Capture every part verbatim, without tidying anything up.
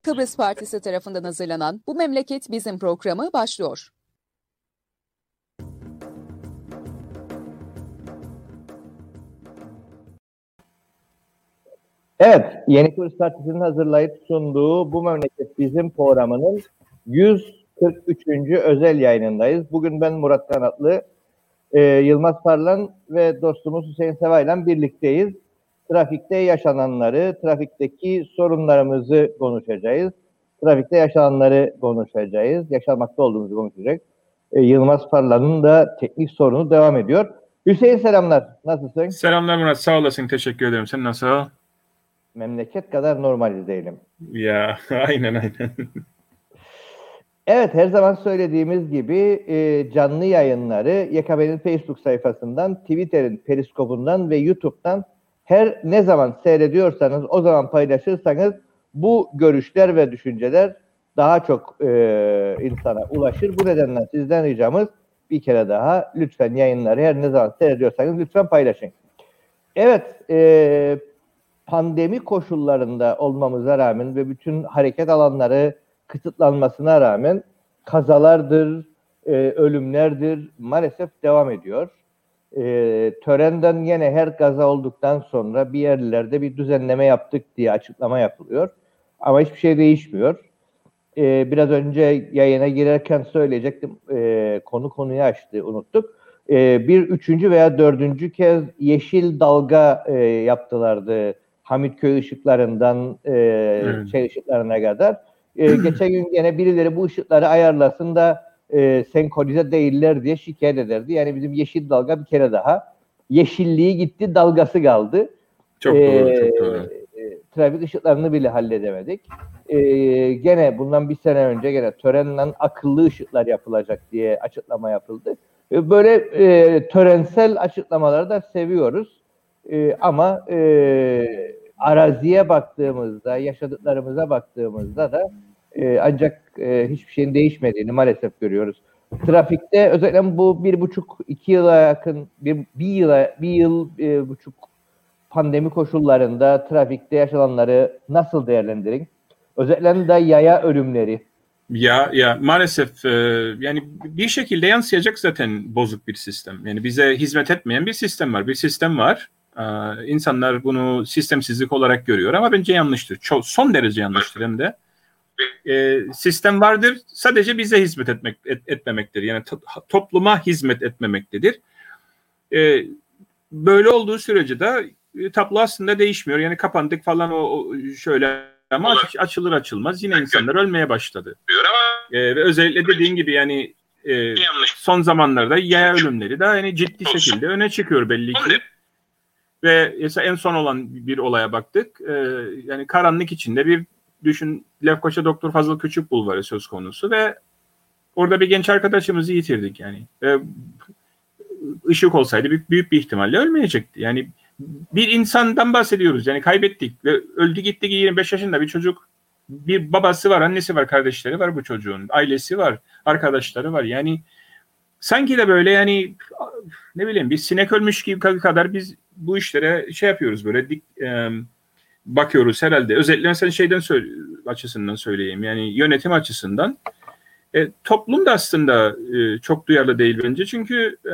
Kıbrıs Partisi tarafından hazırlanan Bu Memleket Bizim programı başlıyor. Evet, Yeni Kıbrıs Partisi'nin hazırlayıp sunduğu Bu Memleket Bizim programının yüz kırk üçüncü özel yayınındayız. Bugün ben Murat Kanatlı, e, Yılmaz Parlan ve dostumuz Hüseyin Sevay'la birlikteyiz. Trafikte yaşananları, trafikteki sorunlarımızı konuşacağız. Trafikte yaşananları konuşacağız. Yaşamakta olduğumuzu konuşacağız. E, Yılmaz Parlan'ın da teknik sorunu devam ediyor. Hüseyin selamlar, nasılsın? Selamlar Murat, sağ olasın, teşekkür ederim. Sen nasıl? Memleket kadar normaliz değilim. Ya aynen aynen. Evet, her zaman söylediğimiz gibi e, canlı yayınları Y K B'nin Facebook sayfasından, Twitter'in Periskop'undan ve YouTube'dan her ne zaman seyrediyorsanız o zaman paylaşırsanız bu görüşler ve düşünceler daha çok e, insana ulaşır. Bu nedenle sizden ricamız bir kere daha lütfen yayınları her ne zaman seyrediyorsanız lütfen paylaşın. Evet, e, pandemi koşullarında olmamıza rağmen ve bütün hareket alanları kısıtlanmasına rağmen kazalardır, e, ölümlerdir maalesef devam ediyor. E, törenden yine her kaza olduktan sonra bir yerlerde bir düzenleme yaptık diye açıklama yapılıyor. Ama hiçbir şey değişmiyor. E, biraz önce yayına girerken söyleyecektim. E, konu konuyu açtı, unuttuk. E, bir üçüncü veya dördüncü kez yeşil dalga e, yaptılardı. Hamitköy ışıklarından e, Evet. şey ışıklarına kadar. E, geçen gün yine birileri bu ışıkları ayarlasın da e, senkronize değiller diye şikayet ederdi. Yani bizim yeşil dalga bir kere daha yeşilliği gitti, dalgası kaldı. Çok E, doğru, çok doğru. E, trafik ışıklarını bile halledemedik. E, gene bundan bir sene önce gene törenle akıllı ışıklar yapılacak diye açıklama yapıldı. E, böyle e, törensel açıklamaları da seviyoruz. E, ama e, araziye baktığımızda, yaşadıklarımıza baktığımızda da e, ancak e, hiçbir şeyin değişmediğini maalesef görüyoruz. Trafikte özellikle bu bir buçuk, iki yıla yakın, bir, bir yıla, bir yıl, bir buçuk pandemi koşullarında trafikte yaşananları nasıl değerlendirin? Özellikle de yaya ölümleri. Ya ya maalesef e, yani bir şekilde yansıyacak zaten bozuk bir sistem. Yani bize hizmet etmeyen bir sistem var. Bir sistem var. E, insanlar bunu sistemsizlik olarak görüyor ama bence yanlıştır. Çok, son derece yanlıştır hem de. E, sistem vardır. Sadece bize hizmet etmek et, etmemektir. Yani to, topluma hizmet etmemektedir. E, böyle olduğu sürece de e, tablo aslında değişmiyor. Yani kapandık falan o, o şöyle ama aç, açılır açılmaz yine insanlar ölmeye başladı. E, ve özellikle dediğin gibi yani e, son zamanlarda yaya ölümleri de yani ciddi şekilde öne çıkıyor belli ki. Ve mesela en son olan bir olaya baktık. E, yani karanlık içinde bir düşün Lefkoşa Doktor Fazıl Küçük Bulvarı söz konusu ve orada bir genç arkadaşımızı yitirdik yani. E, ışık olsaydı büyük, büyük bir ihtimalle ölmeyecekti. Yani bir insandan bahsediyoruz. Yani kaybettik ve öldü gitti ki yirmi beş yaşında bir çocuk. Bir babası var, annesi var, kardeşleri var bu çocuğun. Ailesi var, arkadaşları var. Yani sanki de böyle yani ne bileyim bir sinek ölmüş gibi kadar biz bu işlere şey yapıyoruz böyle dik, e, bakıyoruz herhalde. Özellikle mesela şeyden söyle, açısından söyleyeyim. Yani yönetim açısından. E, toplum da aslında e, çok duyarlı değil bence. Çünkü e,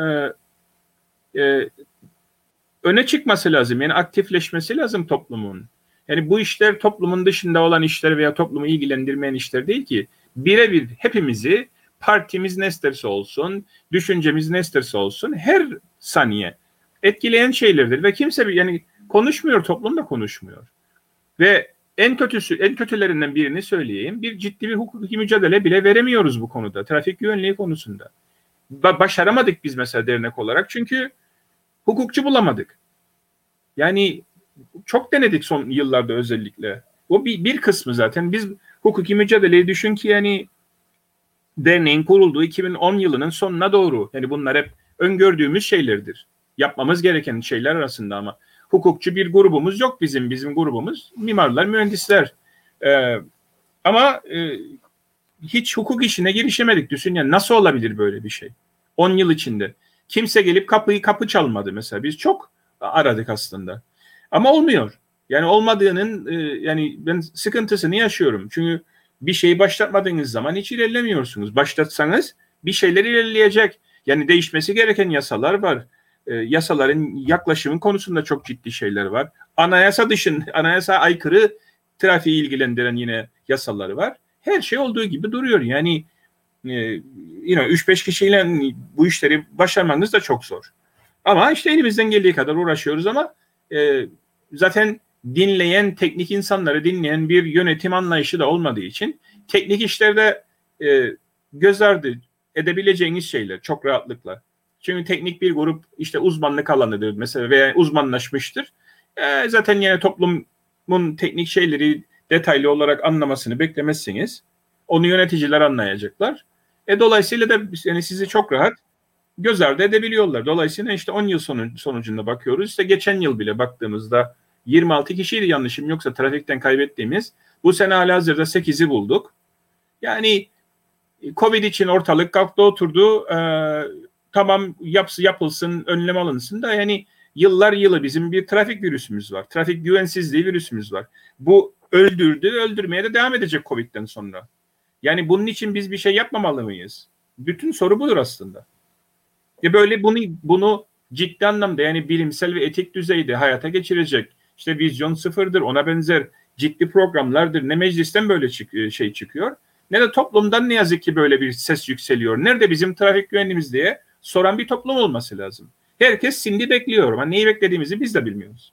e, öne çıkması lazım. Yani aktifleşmesi lazım toplumun. Yani bu işler toplumun dışında olan işler veya toplumu ilgilendirmeyen işler değil ki. Birebir hepimizi partimiz ne isterse olsun, düşüncemiz ne isterse olsun her saniye etkileyen şeylerdir. Ve kimse yani konuşmuyor, toplum da konuşmuyor. Ve en kötüsü, en kötülerinden birini söyleyeyim. Bir ciddi bir hukuki mücadele bile veremiyoruz bu konuda. Trafik güvenliği konusunda. Ba- başaramadık biz mesela dernek olarak. Çünkü hukukçu bulamadık. Yani çok denedik son yıllarda özellikle. O bir, bir kısmı zaten. Biz hukuki mücadeleyi düşün ki yani derneğin kurulduğu iki bin on yılının sonuna doğru. Yani bunlar hep öngördüğümüz şeylerdir. Yapmamız gereken şeyler arasında ama hukukçu bir grubumuz yok bizim. Bizim grubumuz mimarlar, mühendisler. Ee, ama e, hiç hukuk işine girişemedik. Düşün yani nasıl olabilir böyle bir şey? on yıl içinde. Kimse gelip kapıyı kapı çalmadı mesela. Biz çok aradık aslında. Ama olmuyor. Yani olmadığının e, yani ben sıkıntısını yaşıyorum. Çünkü bir şeyi başlatmadığınız zaman hiç ilerlemiyorsunuz. Başlatsanız bir şeyler ilerleyecek. Yani değişmesi gereken yasalar var. E, yasaların yaklaşımın konusunda çok ciddi şeyler var. Anayasa dışında, anayasa aykırı trafiği ilgilendiren yine yasaları var. Her şey olduğu gibi duruyor. Yani e, yine üç beş kişiyle bu işleri başarmanız da çok zor. Ama işte elimizden geldiği kadar uğraşıyoruz ama e, zaten dinleyen, teknik insanları dinleyen bir yönetim anlayışı da olmadığı için teknik işlerde e, göz ardı edebileceğiniz şeyler çok rahatlıkla. Çünkü teknik bir grup işte uzmanlık alanıdır mesela veya uzmanlaşmıştır. E, zaten yine toplumun teknik şeyleri detaylı olarak anlamasını beklemezsiniz. Onu yöneticiler anlayacaklar. E, dolayısıyla da yani sizi çok rahat göz ardı edebiliyorlar. Dolayısıyla işte on yıl sonu, sonucunda bakıyoruz. İşte geçen yıl bile baktığımızda yirmi altı kişiydi yanlışım yoksa trafikten kaybettiğimiz. Bu sene halihazırda sekizi bulduk. Yani Covid için ortalık kalktı oturdu. Ee, tamam yapsı, yapılsın, önlem alınsın da yani yıllar yılı bizim bir trafik virüsümüz var. Trafik güvensizliği virüsümüz var. Bu öldürdü, öldürmeye de devam edecek Covid'den sonra. Yani bunun için biz bir şey yapmamalı mıyız? Bütün soru budur aslında. Ya böyle bunu bunu ciddi anlamda yani bilimsel ve etik düzeyde hayata geçirecek işte vizyon sıfırdır ona benzer ciddi programlardır. Ne meclisten böyle çık- şey çıkıyor ne de toplumdan ne yazık ki böyle bir ses yükseliyor. Nerede bizim trafik güvenliğimiz diye soran bir toplum olması lazım. Herkes şimdi bekliyor ama neyi beklediğimizi biz de bilmiyoruz.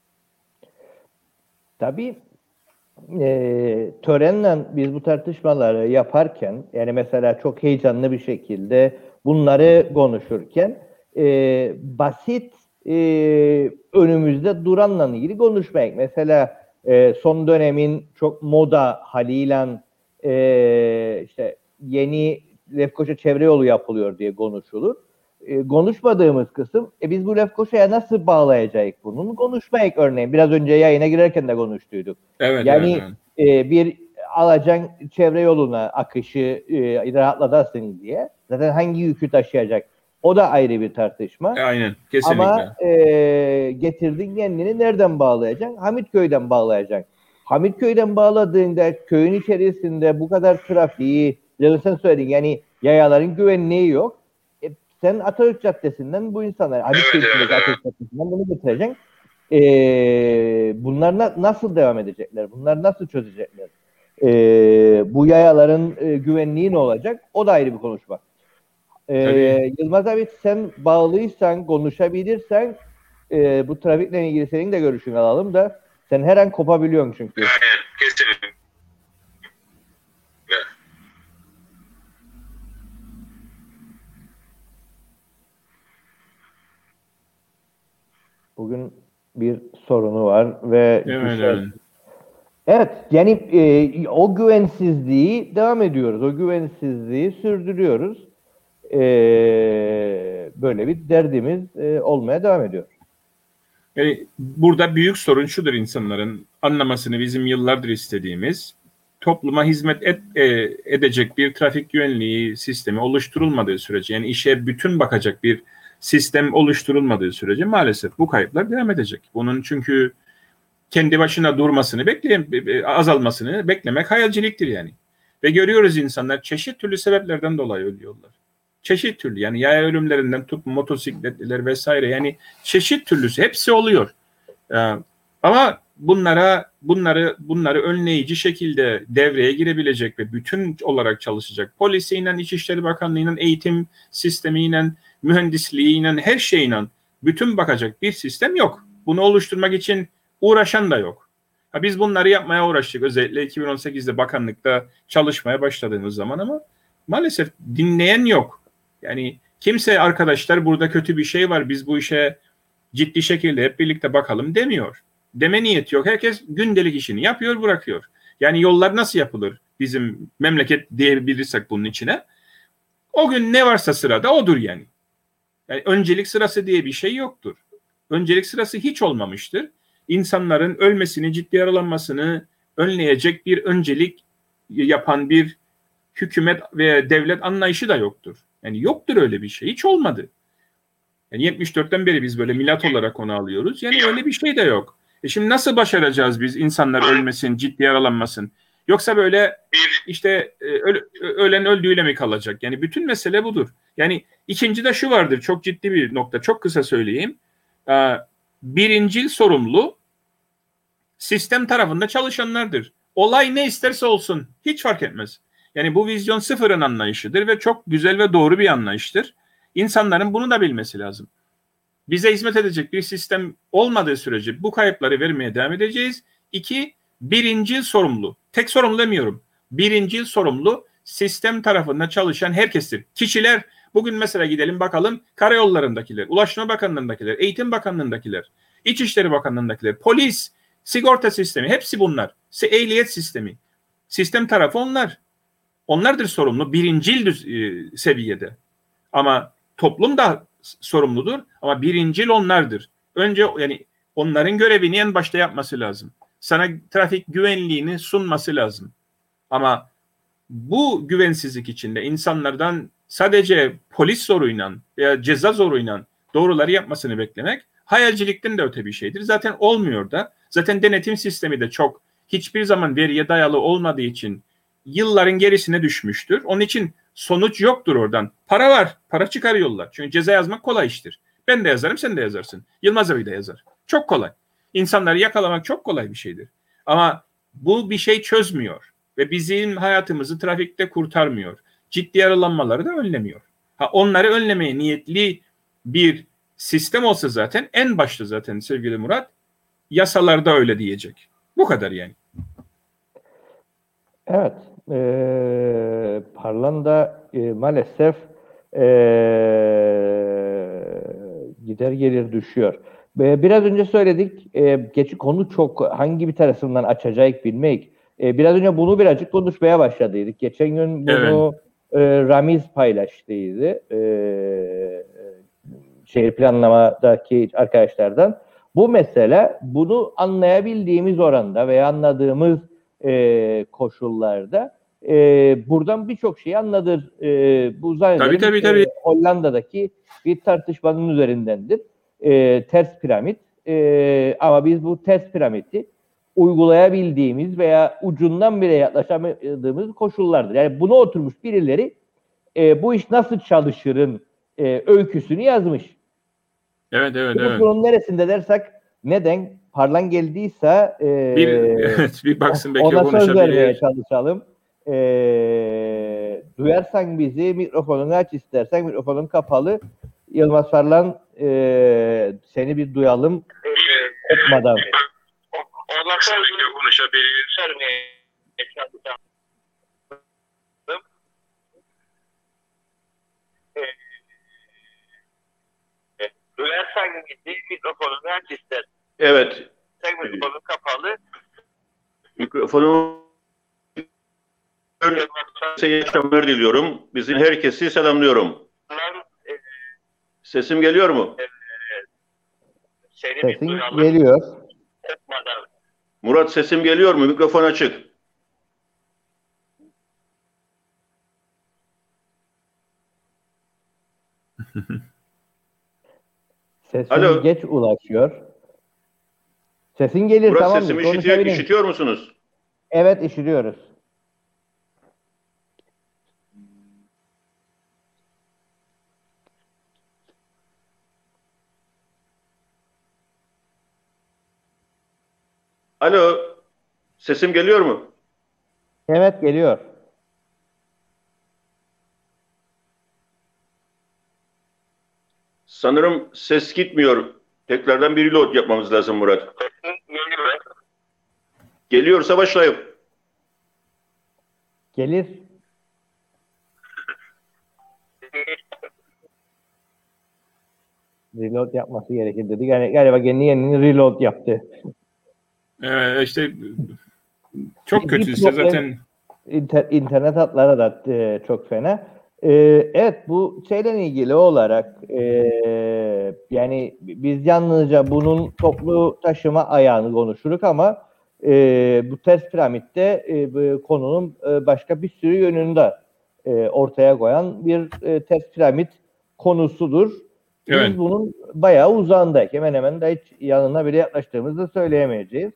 Tabii e, törenle biz bu tartışmaları yaparken yani mesela çok heyecanlı bir şekilde bunları konuşurken e, basit e, önümüzde duranla ilgili konuşmayın. Mesela e, son dönemin çok moda haliyle e, işte yeni Lefkoşa çevre yolu yapılıyor diye konuşulur. E, konuşmadığımız kısım e, biz bu Lefkoşa'ya nasıl bağlayacağız bunun? Konuşmayık örneğin. Biraz önce yayına girerken de konuştuyduk. Evet, yani evet, evet. E, bir alacaksın çevre yoluna akışı e, rahatlatasın diye. Zaten hangi yükü taşıyacak? O da ayrı bir tartışma. Aynen, kesinlikle. Ama e, getirdin kendini nereden bağlayacaksın? Hamitköy'den bağlayacaksın. Hamitköy'den bağladığında köyün içerisinde bu kadar trafiği, sen söyledin yani yayaların güvenliği yok. E, sen Atatürk Caddesi'nden bu insanlar, Hamitköy'ün Evet, evet, Atatürk Caddesi'nden bunu getireceksin. E, bunlar na- nasıl devam edecekler? Bunlar nasıl çözecekler? E, bu yayaların e, güvenliği ne olacak? O da ayrı bir konuşma. Ee, Yılmaz abi sen bağlıysan, konuşabilirsen e, bu trafikle ilgili senin de görüşünü alalım da sen her an kopabiliyorsun çünkü. Aynen, kesinlikle. Bugün bir sorunu var ve Evet, düşer. evet. Evet yani e, o güvensizliği devam ediyoruz. O güvensizliği sürdürüyoruz. E, böyle bir derdimiz e, olmaya devam ediyor. Yani burada büyük sorun şudur insanların anlamasını bizim yıllardır istediğimiz topluma hizmet et, e, edecek bir trafik güvenliği sistemi oluşturulmadığı sürece yani işe bütün bakacak bir sistem oluşturulmadığı sürece maalesef bu kayıplar devam edecek. Bunun çünkü kendi başına durmasını bekleyen azalmasını beklemek hayalciliktir yani. Ve görüyoruz insanlar çeşit türlü sebeplerden dolayı ölüyorlar. Çeşit türlü yani yaya ölümlerinden tut motosikletliler vesaire yani çeşit türlüsü hepsi oluyor. Ee, ama bunlara bunları bunları önleyici şekilde devreye girebilecek ve bütün olarak çalışacak polisiyle, İçişleri Bakanlığı'yla, eğitim sistemiyle, mühendisliğiyle, her şeyle bütün bakacak bir sistem yok. Bunu oluşturmak için uğraşan da yok. Ha, biz bunları yapmaya uğraştık özellikle iki bin on sekizde bakanlıkta çalışmaya başladığımız zaman ama maalesef dinleyen yok. Yani kimse arkadaşlar burada kötü bir şey var biz bu işe ciddi şekilde hep birlikte bakalım demiyor. Deme niyeti yok. Herkes gündelik işini yapıyor bırakıyor. Yani yollar nasıl yapılır bizim memleket diyebilirsek bunun içine. O gün ne varsa sırada odur yani. Yani öncelik sırası diye bir şey yoktur. Öncelik sırası hiç olmamıştır. İnsanların ölmesini, ciddi yaralanmasını önleyecek bir öncelik yapan bir hükümet ve devlet anlayışı da yoktur. Yani yoktur öyle bir şey. Hiç olmadı. Yani yetmiş dörtten beri biz böyle milat olarak onu alıyoruz. Yani öyle bir şey de yok. E şimdi nasıl başaracağız biz insanlar ölmesin, ciddi yaralanmasın? Yoksa böyle işte öl, ölen öldüğüyle mi kalacak? Yani bütün mesele budur. Yani ikinci de şu vardır, çok ciddi bir nokta, çok kısa söyleyeyim. Birincil sorumlu sistem tarafında çalışanlardır. Olay ne isterse olsun, hiç fark etmez. Yani bu vizyon sıfırın anlayışıdır ve çok güzel ve doğru bir anlayıştır. İnsanların bunu da bilmesi lazım. Bize hizmet edecek bir sistem olmadığı sürece bu kayıpları vermeye devam edeceğiz. İki, birincil sorumlu, tek sorumlu demiyorum, birincil sorumlu sistem tarafında çalışan herkestir. Kişiler, bugün mesela gidelim bakalım karayollarındakiler, Ulaştırma Bakanlığındakiler, Eğitim Bakanlığındakiler, İçişleri Bakanlığındakiler, polis, sigorta sistemi, hepsi bunlar. Ehliyet sistemi. Sistem tarafı onlar. Onlardır sorumlu birincil e, seviyede. Ama toplum da sorumludur ama birincil onlardır. Önce yani onların görevini en başta yapması lazım. Sana trafik güvenliğini sunması lazım. Ama bu güvensizlik içinde insanlardan sadece polis zoruyla veya ceza zoruyla doğruları yapmasını beklemek hayalcilikten de öte bir şeydir. Zaten olmuyor da. Zaten denetim sistemi de çok hiçbir zaman veriye dayalı olmadığı için yılların gerisine düşmüştür. Onun için sonuç yoktur oradan. Para var. Para çıkarıyorlar. Çünkü ceza yazmak kolay iştir. Ben de yazarım, sen de yazarsın. Yılmaz abi de yazar. Çok kolay. İnsanları yakalamak çok kolay bir şeydir. Ama bu bir şey çözmüyor. Ve bizim hayatımızı trafikte kurtarmıyor. Ciddi yaralanmaları da önlemiyor. Ha, onları önlemeye niyetli bir sistem olsa zaten en başta zaten sevgili Murat yasalarda öyle diyecek. Bu kadar yani. Evet. E, Parlando e, maalesef e, gider gelir düşüyor. E, biraz önce söyledik. E, geç konu çok hangi bir tarafından açacak bilmek. E, biraz önce bunu birazcık konuşmaya başladıydık. Geçen gün bunu evet. e, Ramiz paylaştıydı. E, şehir planlamadaki arkadaşlardan. Bu mesele bunu anlayabildiğimiz oranda veya anladığımız e, koşullarda e, buradan birçok şey anladır. E, bu zannederim tabii, tabii, tabii. E, Hollanda'daki bir tartışmanın üzerindendir. E, ters piramit. E, ama biz bu ters piramidi uygulayabildiğimiz veya ucundan bile yaklaşamadığımız koşullardır. Yani buna oturmuş birileri e, bu iş nasıl çalışırın e, öyküsünü yazmış. Evet, evet, bu evet. Bunun neresinde dersek neden Parlan geldiyse e, bir, evet, bir baksın belki ona söz vermeye konuşabilir. çalışalım. E, duyarsan bizi, mikrofonunu aç, istersen mikrofonun kapalı. Yılmaz Parlan e, seni bir duyalım. Kopmadan. Ona söz vermeye konuşabilir. Duyarsan bizi, mikrofonunu aç ister. Evet. Sen mikrofonun kapalı. Mikrofonu iyi akşamlar diliyorum. Bizim herkesi selamlıyorum. Sesim geliyor mu? Sesin geliyor. Murat sesim geliyor mu? Mikrofon açık. Sesin Alo. Geç ulaşıyor. Sesin gelir Murat, tamam mı? Sesimi işitiyor, işitiyor musunuz? Evet, işitiyoruz. Alo. Sesim geliyor mu? Evet, geliyor. Sanırım ses gitmiyor. Tekrardan bir reload yapmamız lazım Murat. Geliyor. Geliyorsa başlayalım. Gelir. Reload yapması gerekir dedi. Yani galiba kendi kendini reload yaptı. Evet işte çok kötü işte zaten. İnter, internet hatları da e, çok fena. E, evet bu şeyle ilgili olarak e, yani biz yalnızca bunun toplu taşıma ayağını konuşuruz ama e, bu ters piramitte e, bu konunun e, başka bir sürü yönünü de e, ortaya koyan bir e, ters piramit konusudur. Biz Evet. bunun bayağı uzağındayız. Hemen hemen de hiç yanına bile yaklaştığımızı söyleyemeyeceğiz.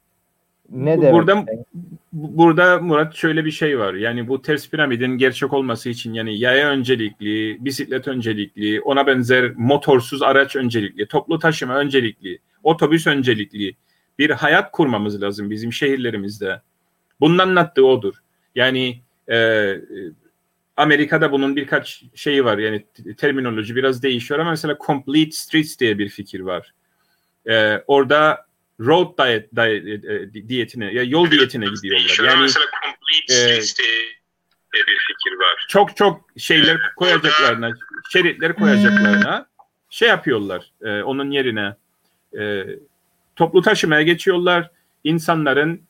Ne demek? Burada burada Murat şöyle bir şey var. Yani bu ters piramidin gerçek olması için yani yaya öncelikli, bisiklet öncelikli, ona benzer motorsuz araç öncelikli, toplu taşıma öncelikli, otobüs öncelikli bir hayat kurmamız lazım bizim şehirlerimizde. Bunun anlattığı odur. Yani e, Amerika'da bunun birkaç şeyi var. Yani terminoloji biraz değişiyor ama mesela complete streets diye bir fikir var. E, orada road diet, diet, diyetine, ya yol diyetine gidiyorlar. Yani mesela complete e, streets diye bir fikir var. çok çok şeyler koyacaklarına, şeritler koyacaklarına şey yapıyorlar. E, onun yerine e, toplu taşımaya geçiyorlar. İnsanların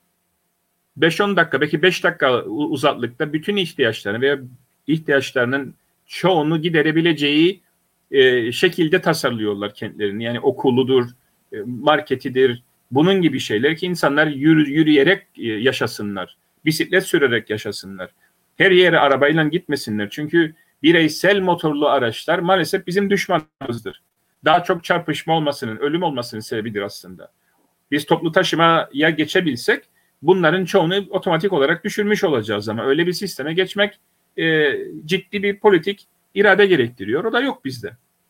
beş on dakika, belki beş dakika uzaklıkta bütün ihtiyaçlarını veya ihtiyaçlarının çoğunu giderebileceği e, şekilde tasarlıyorlar kentlerini. Yani okuludur, e, marketidir, bunun gibi şeyler ki insanlar yürü, yürüyerek e, yaşasınlar. Bisiklet sürerek yaşasınlar. Her yere arabayla gitmesinler. Çünkü bireysel motorlu araçlar maalesef bizim düşmanımızdır. Daha çok çarpışma olmasının, ölüm olmasının sebebidir aslında. Biz toplu taşımaya geçebilsek bunların çoğunu otomatik olarak düşürmüş olacağız ama öyle bir sisteme geçmek e, ciddi bir politik irade gerektiriyor. O da yok bizde.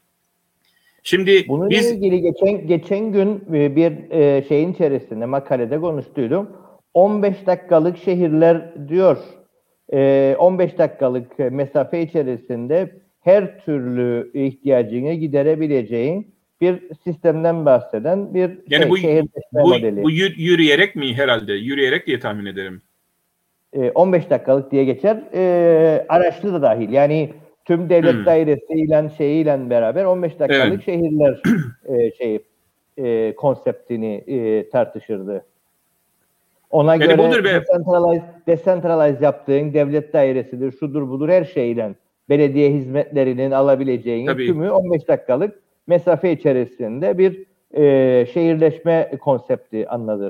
Şimdi bununla biz ilgili geçen geçen gün bir e, şeyin içerisinde makalede konuştuydum. on beş dakikalık şehirler diyor. E, on beş dakikalık mesafe içerisinde her türlü ihtiyacını giderebileceğin bir sistemden bahseden bir yani şey, bu şehirleşme bu, modeli. bu yürüyerek mi herhalde? Yürüyerek diye tahmin ederim. E, on beş dakikalık diye geçer. E, araçlı da dahil. Yani tüm devlet Hmm. dairesiyle şeyiyle beraber on beş dakikalık Evet. şehirler e, şey e, konseptini e, tartışırdı. Ona Yani göre budur be. decentralize, decentralize yaptığın devlet dairesidir, şudur budur her şeyle belediye hizmetlerinin alabileceğini Tabii. tümü on beş dakikalık mesafe içerisinde bir e, şehirleşme konsepti anlatır.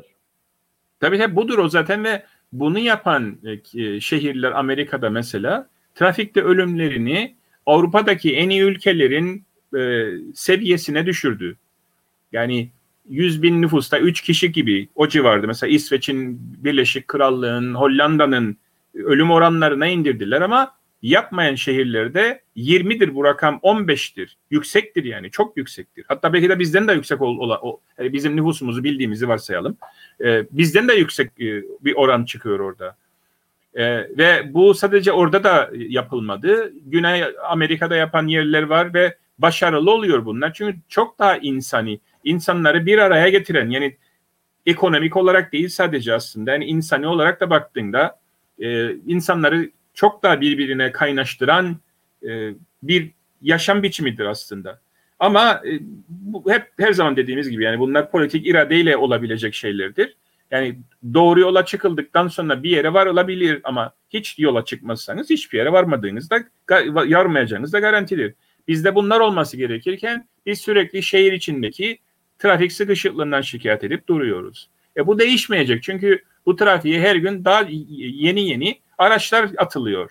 Tabii hep budur o zaten ve bunu yapan e, şehirler Amerika'da mesela trafikte ölümlerini Avrupa'daki en iyi ülkelerin e, seviyesine düşürdü. Yani yüz bin nüfusta üç kişi gibi o civarda. Mesela İsveç'in, Birleşik Krallığın, Hollanda'nın ölüm oranlarına indirdiler ama yapmayan şehirlerde yirmidir bu rakam, on beştir. Yüksektir yani, çok yüksektir. Hatta belki de bizden de yüksek ol, ola, o, yani bizim nüfusumuzu bildiğimizi varsayalım. Ee, bizden de yüksek e, bir oran çıkıyor orada. Ee, ve bu sadece orada da yapılmadı. Güney Amerika'da yapan yerler var ve başarılı oluyor bunlar. Çünkü çok daha insani, insanları bir araya getiren, yani ekonomik olarak değil sadece aslında, yani insani olarak da baktığında e, insanları çok daha birbirine kaynaştıran e, bir yaşam biçimidir aslında. Ama e, bu hep her zaman dediğimiz gibi yani bunlar politik iradeyle olabilecek şeylerdir. Yani doğru yola çıkıldıktan sonra bir yere varılabilir ama hiç yola çıkmazsanız hiçbir yere varmadığınızda, yarmayacağınız da garantidir. Bizde bunlar olması gerekirken biz sürekli şehir içindeki trafik sıkışıklığından şikayet edip duruyoruz. E bu değişmeyecek çünkü bu trafiğe her gün daha yeni yeni araçlar atılıyor.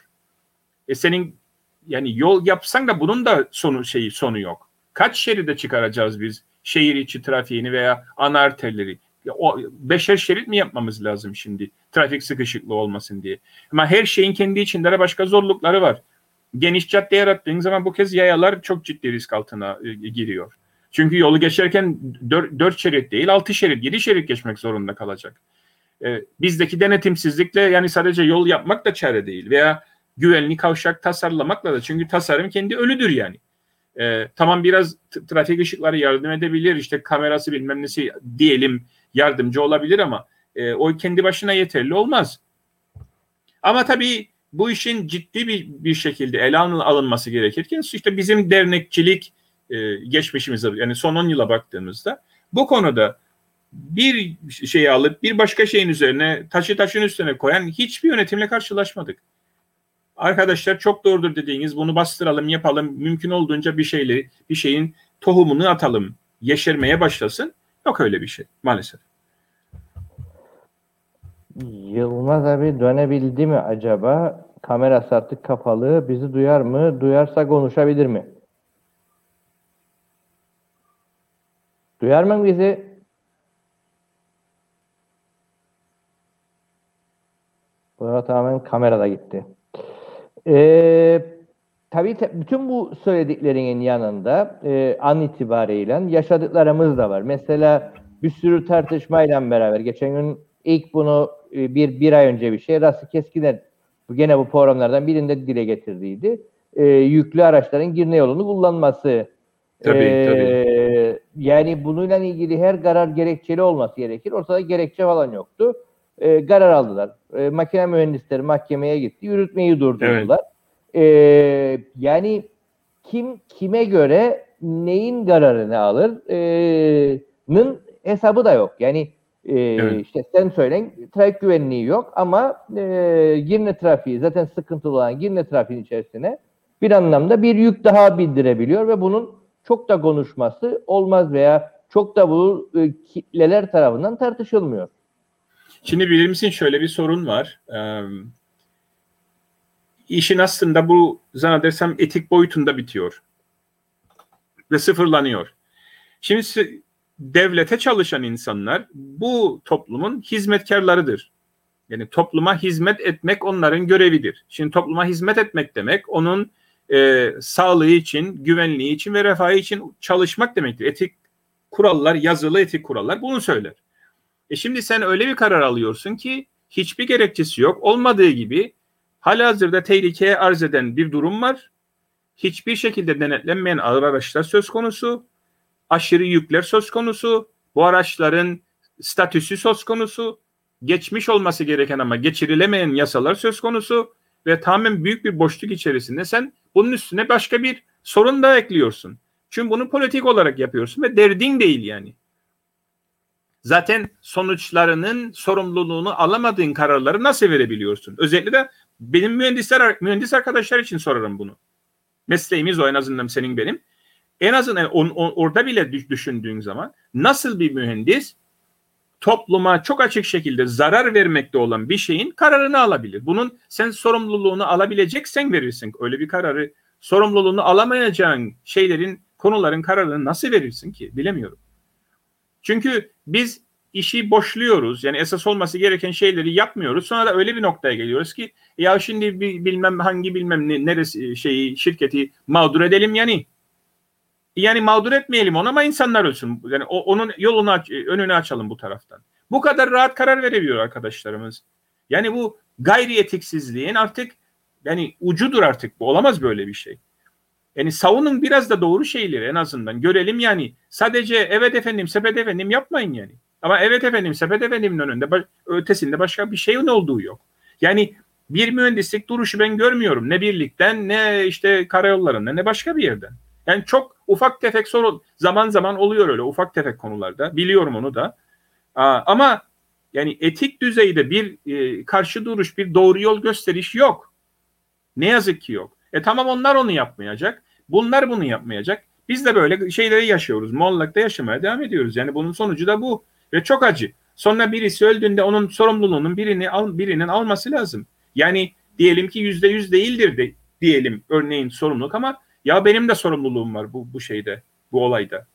E senin yani yol yapsan da bunun da sonu şeyi sonu yok. Kaç şeride çıkaracağız biz şehir içi trafiğini veya ana arterleri? O beşer şerit mi yapmamız lazım şimdi trafik sıkışıklığı olmasın diye? Ama her şeyin kendi içinde başka zorlukları var. Geniş cadde yarattığın zaman bu kez yayalar çok ciddi risk altına e, giriyor. Çünkü yolu geçerken dört şerit değil altı şerit, yedi şerit geçmek zorunda kalacak. E, bizdeki denetimsizlikle yani sadece yol yapmak da çare değil veya güvenli kavşak tasarlamakla da, çünkü tasarım kendi ölüdür yani. E, tamam biraz trafik ışıkları yardım edebilir, işte kamerası bilmem nesi diyelim yardımcı olabilir ama e, o kendi başına yeterli olmaz. Ama tabii bu işin ciddi bir, bir şekilde ele alınması gerekirken işte bizim dernekçilik e, geçmişimize, yani son on yıla baktığımızda bu konuda bir şeyi alıp bir başka şeyin üzerine, taşı taşın üstüne koyan hiçbir yönetimle karşılaşmadık. Arkadaşlar çok doğrudur dediğiniz, bunu bastıralım, yapalım, mümkün olduğunca bir şeyleri, bir şeyin tohumunu atalım, yeşermeye başlasın. Yok öyle bir şey maalesef. Yılmaz abi dönebildi mi acaba? Kamerası artık kapalı. Bizi duyar mı? Duyarsa konuşabilir mi? Duyar mı bizi? Bu arada tamamen kamerada gitti. Ee, tabii te- bütün bu söylediklerinin yanında e, an itibariyle yaşadıklarımız da var. Mesela bir sürü tartışmayla beraber geçen gün ilk bunu e, bir bir ay önce bir şey Rassi Keskiner bu gene bu programlardan birinde dile getirdiydi. E, yüklü araçların girne yolunu kullanması. Tabii, Ee, tabii. Yani bununla ilgili her karar gerekçeli olması gerekir. Ortada gerekçe falan yoktu. Ee, karar aldılar. Ee, makine mühendisleri mahkemeye gitti. Yürütmeyi durdurdular. Ee, yani kim kime göre neyin kararını alır ee, nın hesabı da yok. Yani e, Evet. işte sen söylen trafik güvenliği yok ama e, Girne trafiği zaten sıkıntılı olan Girne trafiğin içerisine bir anlamda bir yük daha bindirebiliyor ve bunun çok da konuşması olmaz veya çok da bu e, kitleler tarafından tartışılmıyor. Şimdi bilir misin şöyle bir sorun var. Ee, işin aslında bu zannedersem etik boyutunda bitiyor. Ve sıfırlanıyor. Şimdi devlete çalışan insanlar bu toplumun hizmetkarlarıdır. Yani topluma hizmet etmek onların görevidir. Şimdi topluma hizmet etmek demek onun e, sağlığı için, güvenliği için ve refahı için çalışmak demektir. Etik kurallar, yazılı etik kurallar bunu söyler. E şimdi sen öyle bir karar alıyorsun ki hiçbir gerekçesi yok. Olmadığı gibi halihazırda tehlikeye arz eden bir durum var. Hiçbir şekilde denetlenmeyen ağır araçlar söz konusu. Aşırı yükler söz konusu. Bu araçların statüsü söz konusu. Geçmiş olması gereken ama geçirilemeyen yasalar söz konusu. Ve tamamen büyük bir boşluk içerisinde sen bunun üstüne başka bir sorun da ekliyorsun. Çünkü bunu politik olarak yapıyorsun ve derdin değil yani. Zaten sonuçlarının sorumluluğunu alamadığın kararları nasıl verebiliyorsun? Özellikle de benim mühendisler mühendis arkadaşlar için sorarım bunu. Mesleğimiz o en azından senin benim. En azından on, on, orada bile düşündüğün zaman nasıl bir mühendis topluma çok açık şekilde zarar vermekte olan bir şeyin kararını alabilir? Bunun sen sorumluluğunu alabileceksen verirsin. Öyle bir kararı sorumluluğunu alamayacağın şeylerin, konuların kararını nasıl verirsin ki? Bilemiyorum. Çünkü biz işi boşluyoruz. Yani esas olması gereken şeyleri yapmıyoruz. Sonra da öyle bir noktaya geliyoruz ki ya şimdi bilmem hangi bilmem ne, neresi şeyi şirketi mağdur edelim yani. Yani mağdur etmeyelim onu ama insanlar ölsün. Yani o, onun yolunu aç, önünü açalım bu taraftan. Bu kadar rahat karar verebiliyor arkadaşlarımız. Yani bu gayri etiksizliğin artık yani ucudur artık. Bu olamaz böyle bir şey. Yani savunun biraz da doğru şeyleri en azından görelim yani. Sadece evet efendim, sepet efendim yapmayın yani. Ama evet efendim, sepet efendimin önünde ötesinde başka bir şeyin olduğu yok. Yani bir mühendislik duruşu ben görmüyorum. Ne birlikten ne işte karayollarından ne başka bir yerden. Yani çok ufak tefek sorun zaman zaman oluyor öyle ufak tefek konularda. Biliyorum onu da. Aa, ama yani etik düzeyde bir e, karşı duruş, bir doğru yol gösteriş yok. Ne yazık ki yok. E tamam onlar onu yapmayacak. Bunlar bunu yapmayacak. Biz de böyle şeyleri yaşıyoruz. Mollak'ta yaşamaya devam ediyoruz. Yani bunun sonucu da bu. Ve çok acı. Sonra birisi öldüğünde onun sorumluluğunun birini al, birinin alması lazım. Yani diyelim ki yüzde yüz değildir de diyelim örneğin sorumluluk ama ya benim de sorumluluğum var bu, bu şeyde, bu olayda.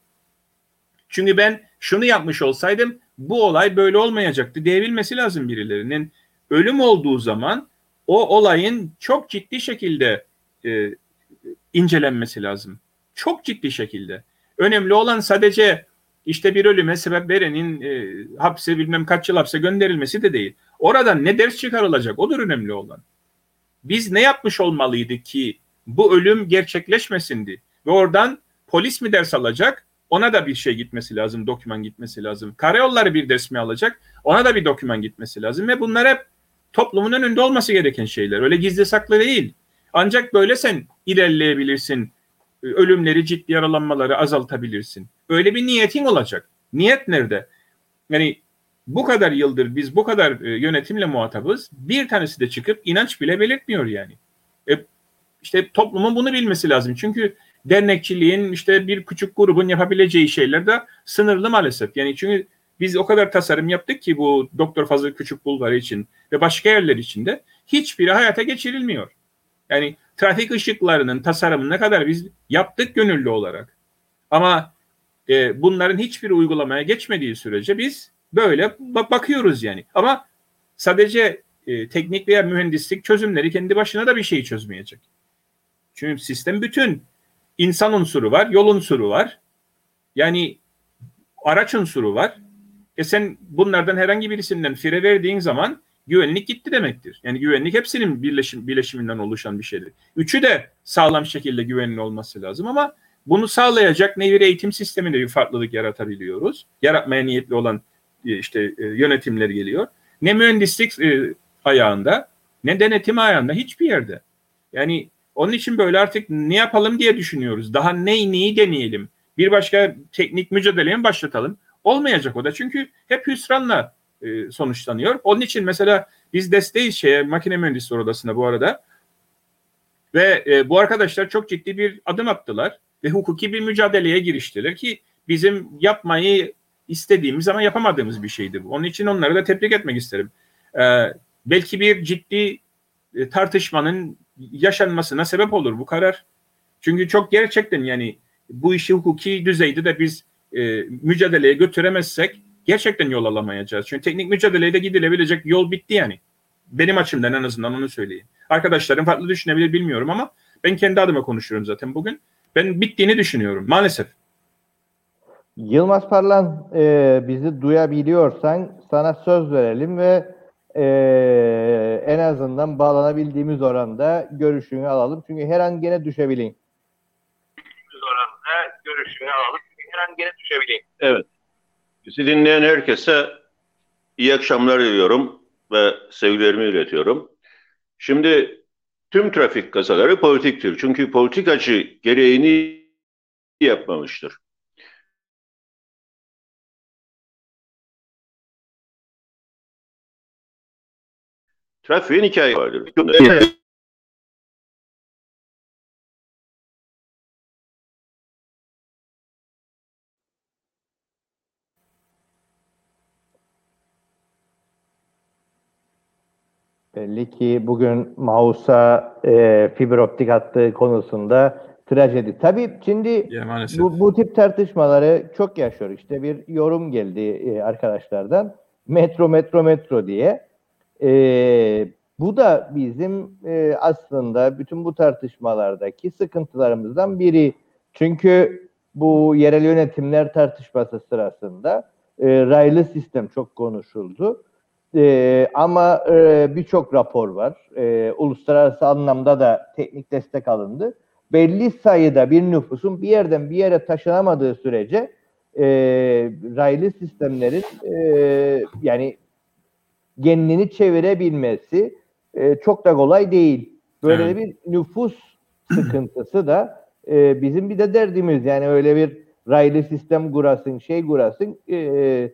Çünkü ben şunu yapmış olsaydım bu olay böyle olmayacaktı diyebilmesi lazım birilerinin. Ölüm olduğu zaman o olayın çok ciddi şekilde e, incelenmesi lazım. Çok ciddi şekilde. Önemli olan sadece işte bir ölüme sebep verenin e, hapse bilmem kaç yıl hapse gönderilmesi de değil. Oradan ne ders çıkarılacak odur önemli olan. Biz ne yapmış olmalıydık ki bu ölüm gerçekleşmesindi? Ve oradan polis mi ders alacak? Ona da bir şey gitmesi lazım, doküman gitmesi lazım. Karayolları bir ders mi alacak? Ona da bir doküman gitmesi lazım. Ve bunlar hep toplumun önünde olması gereken şeyler. Öyle gizli saklı değil. Ancak böyle sen ilerleyebilirsin. Ölümleri, ciddi yaralanmaları azaltabilirsin. Öyle bir niyetin olacak. Niyet nerede? Yani bu kadar yıldır biz bu kadar yönetimle muhatabız. Bir tanesi de çıkıp inanç bile belirtmiyor yani. E, işte toplumun bunu bilmesi lazım. Çünkü dernekçiliğin işte bir küçük grubun yapabileceği şeyler de sınırlı maalesef. Yani çünkü biz o kadar tasarım yaptık ki bu Doktor Fazıl Küçük Bulvarı için ve başka yerler için de hiçbiri hayata geçirilmiyor. Yani trafik ışıklarının tasarımını ne kadar biz yaptık gönüllü olarak. Ama e, bunların hiçbir uygulamaya geçmediği sürece biz böyle ba- bakıyoruz yani. Ama sadece e, teknik veya mühendislik çözümleri kendi başına da bir şeyi çözmeyecek. Çünkü sistem bütün. İnsan unsuru var, yol unsuru var. Yani araç unsuru var. E sen bunlardan herhangi birisinden fire verdiğin zaman güvenlik gitti demektir. Yani güvenlik hepsinin birleşim, birleşiminden oluşan bir şeydir. Üçü de sağlam şekilde güvenli olması lazım ama bunu sağlayacak ne bir eğitim sisteminde bir farklılık yaratabiliyoruz. Yaratmaya niyetli olan işte yönetimler geliyor. Ne mühendislik ayağında ne denetim ayağında hiçbir yerde. Yani onun için böyle artık ne yapalım diye düşünüyoruz. Daha neyi neyi deneyelim. Bir başka teknik mücadeleye mi başlatalım? Olmayacak o da. Çünkü hep hüsranla e, sonuçlanıyor. Onun için mesela biz desteğiz şeye, makine mühendisleri odasına bu arada. Ve e, bu arkadaşlar çok ciddi bir adım attılar. Ve hukuki bir mücadeleye giriştiler ki bizim yapmayı istediğimiz ama yapamadığımız bir şeydi bu. Onun için onları da tebrik etmek isterim. E, belki bir ciddi e, tartışmanın yaşanmasına sebep olur bu karar. Çünkü çok gerçekten yani bu işi hukuki düzeyde de biz e, mücadeleye götüremezsek gerçekten yol alamayacağız. Çünkü teknik mücadeleye de gidilebilecek yol bitti yani. Benim açımdan en azından onu söyleyeyim. Arkadaşlarım farklı düşünebilir bilmiyorum ama ben kendi adıma konuşuyorum zaten bugün. Ben bittiğini düşünüyorum maalesef. Yılmaz Parlan, e, bizi duyabiliyorsan sana söz verelim ve e, en azından bağlanabildiğimiz oranda görüşünü alalım. Çünkü her an gene düşebilin. Oranda görüşünü alalım. Her an gene düşebileyim. Evet. Bizi dinleyen herkese iyi akşamlar diliyorum ve sevgilerimi iletiyorum. Şimdi tüm trafik kazaları politiktir. Çünkü politikacı gereğini yapmamıştır. Trafiğin hikaye vardır. Belli ki bugün Mausa e, fiber optik hattı konusunda trajedi. Tabii şimdi Ya, bu, bu tip tartışmaları çok yaşıyor. İşte bir yorum geldi e, arkadaşlardan. Metro, metro, metro diye. E, bu da bizim e, aslında bütün bu tartışmalardaki sıkıntılarımızdan biri. Çünkü bu yerel yönetimler tartışması sırasında e, raylı sistem çok konuşuldu. Ee, ama e, birçok rapor var. Ee, uluslararası anlamda da teknik destek alındı. Belli sayıda bir nüfusun bir yerden bir yere taşınamadığı sürece e, raylı sistemlerin e, yani kendini çevirebilmesi e, çok da kolay değil. Böyle Evet. bir nüfus sıkıntısı da e, bizim bir de derdimiz. Yani öyle bir raylı sistem kurasın, şey kurasın e, e,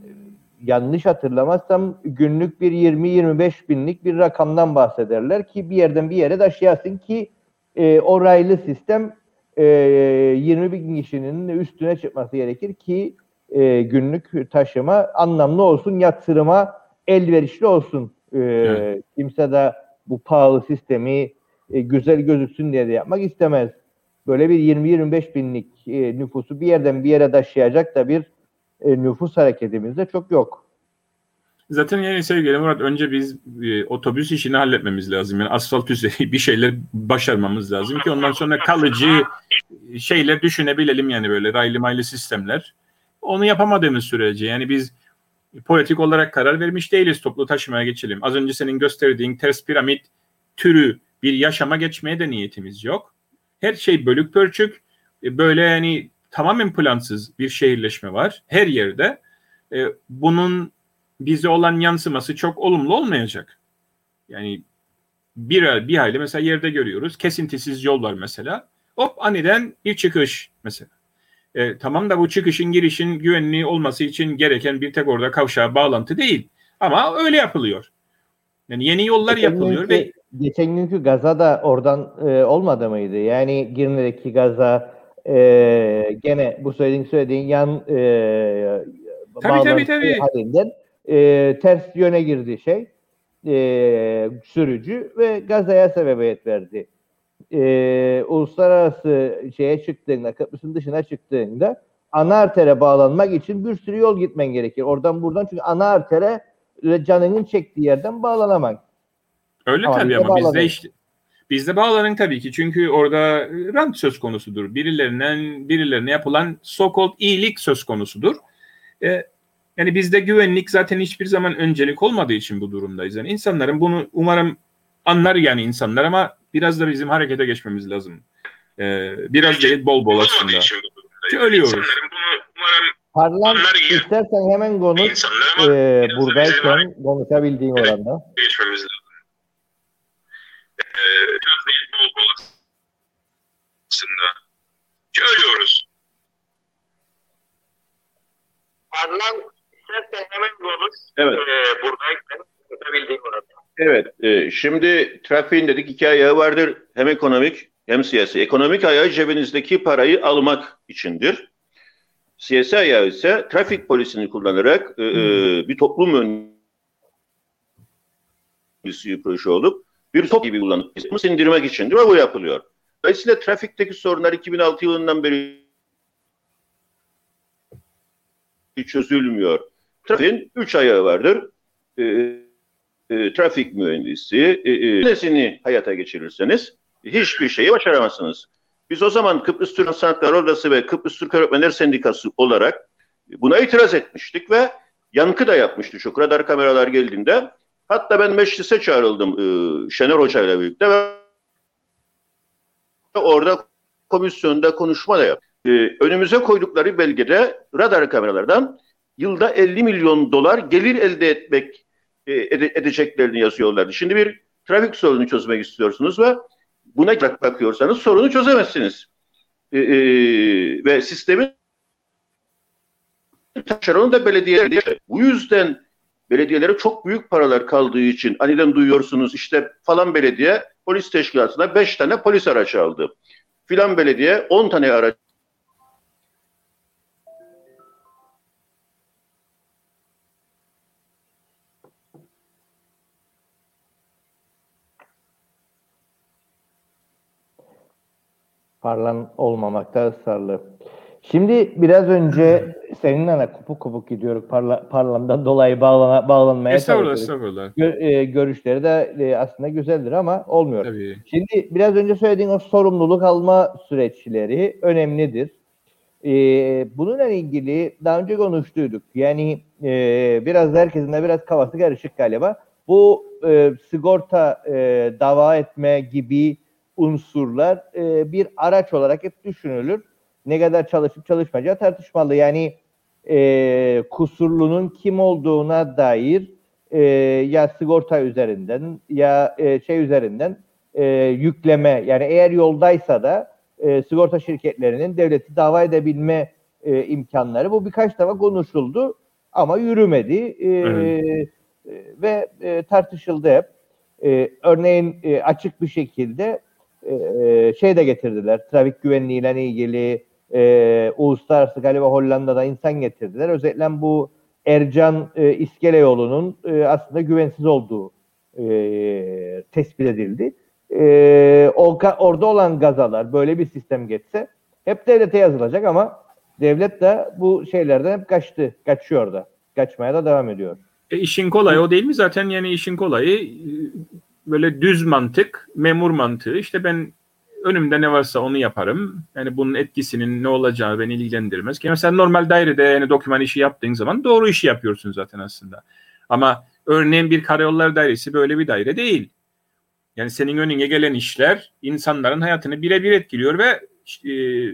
yanlış hatırlamazsam günlük bir yirmi yirmi beş binlik bir rakamdan bahsederler ki bir yerden bir yere taşıyasın ki e, o raylı sistem e, yirmi bin kişinin üstüne çıkması gerekir ki e, günlük taşıma anlamlı olsun, yatırıma elverişli olsun. E, Evet. Kimse de bu pahalı sistemi e, güzel gözüksün diye de yapmak istemez. Böyle bir yirmi yirmi beş binlik e, nüfusu bir yerden bir yere taşıyacak da bir e, nüfus hareketimizde çok yok. Zaten yani sevgili Murat önce biz e, otobüs işini halletmemiz lazım. Yani asfalt üzeri bir şeyler başarmamız lazım ki ondan sonra kalıcı şeyler düşünebilelim yani böyle raylı maylı sistemler. Onu yapamadığımız sürece yani biz politik olarak karar vermiş değiliz toplu taşımaya geçelim. Az önce senin gösterdiğin ters piramit türü bir yaşama geçmeye de niyetimiz yok. Her şey bölük pörçük böyle yani tamamen plansız bir şehirleşme var her yerde. E, bunun bize olan yansıması çok olumlu olmayacak. Yani bir, bir aile mesela yerde görüyoruz. Kesintisiz yol var mesela. Hop aniden bir çıkış mesela. E, tamam da bu çıkışın girişin güvenli olması için gereken bir tek orada kavşağa bağlantı değil. Ama öyle yapılıyor. Yani yeni yollar Geçen yapılıyor günkü, ve geçen günkü gaza da oradan e, olmadı mıydı? Yani Girne'deki gaza e, gene bu söylediğin söylediğin yan e, tabii tabii bağlantı tabii. halinden e, ters yöne girdi şey e, sürücü ve gazaya sebebiyet verdi. E, uluslararası şeye çıktığında, Kıbrıs'ın dışına çıktığında ana artere bağlanmak için bir sürü yol gitmen gerekir. Oradan buradan, çünkü ana artere canının çektiği yerden bağlanamak. Öyle ama tabii bizde ama bizde bağlanıyor. işte bizde bağlanın tabii ki, çünkü orada rant söz konusudur. Birilerinden birilerine yapılan so-called iyilik söz konusudur. Ee, yani bizde güvenlik zaten hiçbir zaman öncelik olmadığı için bu durumdayız. Yani insanların bunu umarım anlar yani insanlar, ama biraz da bizim harekete geçmemiz lazım. Ee, biraz değil, bol bol aslında. Çünkü ölüyoruz. Parlan, istersen hemen konuş. E, buradayken konuşabildiğin oranda. Geçmemiz lazım. Ee, biraz değil, bol bol aslında. Ölüyoruz. Parlan, istersen hemen konuş. Evet. Ee, buradayken konuşabildiğin oranda. Evet. E, şimdi trafiğin dedik iki ayağı vardır. Hem ekonomik hem siyasi. Ekonomik ayağı cebinizdeki parayı almak içindir. Siyasi ayağı ise trafik polisini kullanarak e, e, bir toplum mühendisliği proje olup bir top gibi kullanıp sindirmek içindir ve bu yapılıyor. Dolayısıyla trafikteki sorunlar iki bin altı yılından beri çözülmüyor. Trafiğin üç ayağı vardır. E, e, trafik mühendisi, e, e, nesini hayata geçirirseniz hiçbir şeyi başaramazsınız. Biz o zaman Kıbrıs Türk Sanatlar Odası ve Kıbrıs Türk Öğretmenler Sendikası olarak buna itiraz etmiştik ve yankı da yapmıştık şu radar kameralar geldiğinde. Hatta ben meclise çağrıldım e, Şener Hoca ile birlikte ve orada komisyonda konuşma da yaptım. E, önümüze koydukları belgede radar kameralardan yılda elli milyon dolar gelir elde etmek e, ede, edeceklerini yazıyorlardı. Şimdi bir trafik sorunu çözmek istiyorsunuz ve buna bakıyorsanız sorunu çözemezsiniz. E, e, ve sistemin taşeronu da belediyeler. Bu yüzden belediyelere çok büyük paralar kaldığı için aniden duyuyorsunuz işte falan belediye polis teşkilatına beş tane polis aracı aldı. Filan belediye on tane araç Parlan olmamakta ısrarlı. Şimdi biraz önce seninle kupuk kupuk gidiyoruz. Parla, parlandan dolayı bağlana, bağlanmaya Estağfurullah, çalışıyoruz. estağfurullah. Gö, e, görüşleri de e, aslında güzeldir ama olmuyor. Tabii. Şimdi biraz önce söylediğin o sorumluluk alma süreçleri önemlidir. E, bununla ilgili daha önce konuştuyduk. Yani e, biraz herkesin de biraz kafası karışık galiba. Bu e, sigorta e, dava etme gibi unsurlar e, bir araç olarak hep düşünülür. Ne kadar çalışıp çalışmayacağı tartışmalı. Yani e, kusurlunun kim olduğuna dair e, ya sigorta üzerinden ya e, şey üzerinden e, yükleme, yani eğer yoldaysa da e, sigorta şirketlerinin devleti dava edebilme e, imkanları, bu birkaç defa konuşuldu ama yürümedi e, Evet. e, ve e, tartışıldı hep. E, örneğin e, açık bir şekilde e, şey de getirdiler, trafik güvenliğiyle ilgili e, uluslararası, galiba Hollanda'da insan getirdiler. Özellikle bu Ercan e, İskele yolunun e, aslında güvensiz olduğu e, tespit edildi. E, o, orada olan gazalar böyle bir sistem geçse hep devlete yazılacak ama devlet de bu şeylerden hep kaçtı, kaçıyor da. Kaçmaya da devam ediyor. E, işin kolayı o değil mi zaten? Yani işin kolayı böyle düz mantık, memur mantığı. İşte ben önümde ne varsa onu yaparım. Yani bunun etkisinin ne olacağı beni ilgilendirmez. Ki mesela normal dairede yani doküman işi yaptığın zaman doğru işi yapıyorsun zaten aslında. Ama örneğin bir karayolları dairesi böyle bir daire değil. Yani senin önüne gelen işler insanların hayatını birebir etkiliyor ve e,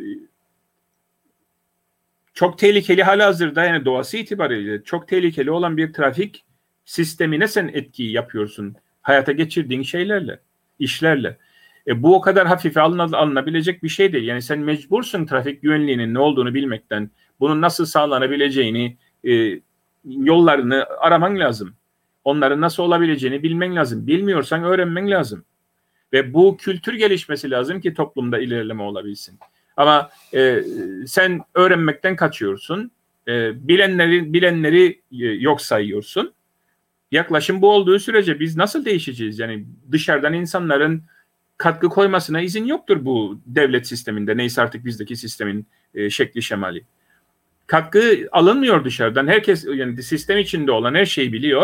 çok tehlikeli, halihazırda yani doğası itibariyle çok tehlikeli olan bir trafik sistemine sen etkiyi yapıyorsun hayata geçirdiğin şeylerle, işlerle. E, bu o kadar hafife alın, alınabilecek bir şey değil. Yani sen mecbursun trafik güvenliğinin ne olduğunu bilmekten, bunun nasıl sağlanabileceğini, e, yollarını araman lazım. Onların nasıl olabileceğini bilmen lazım. Bilmiyorsan öğrenmen lazım. Ve bu kültür gelişmesi lazım ki toplumda ilerleme olabilsin. Ama e, sen öğrenmekten kaçıyorsun. E, bilenleri bilenleri e, yok sayıyorsun. Yaklaşım bu olduğu sürece biz nasıl değişeceğiz? Yani dışarıdan insanların katkı koymasına izin yoktur bu devlet sisteminde. Neyse artık bizdeki sistemin e, şekli şemali. katkı alınmıyor dışarıdan. Herkes yani sistem içinde olan her şeyi biliyor.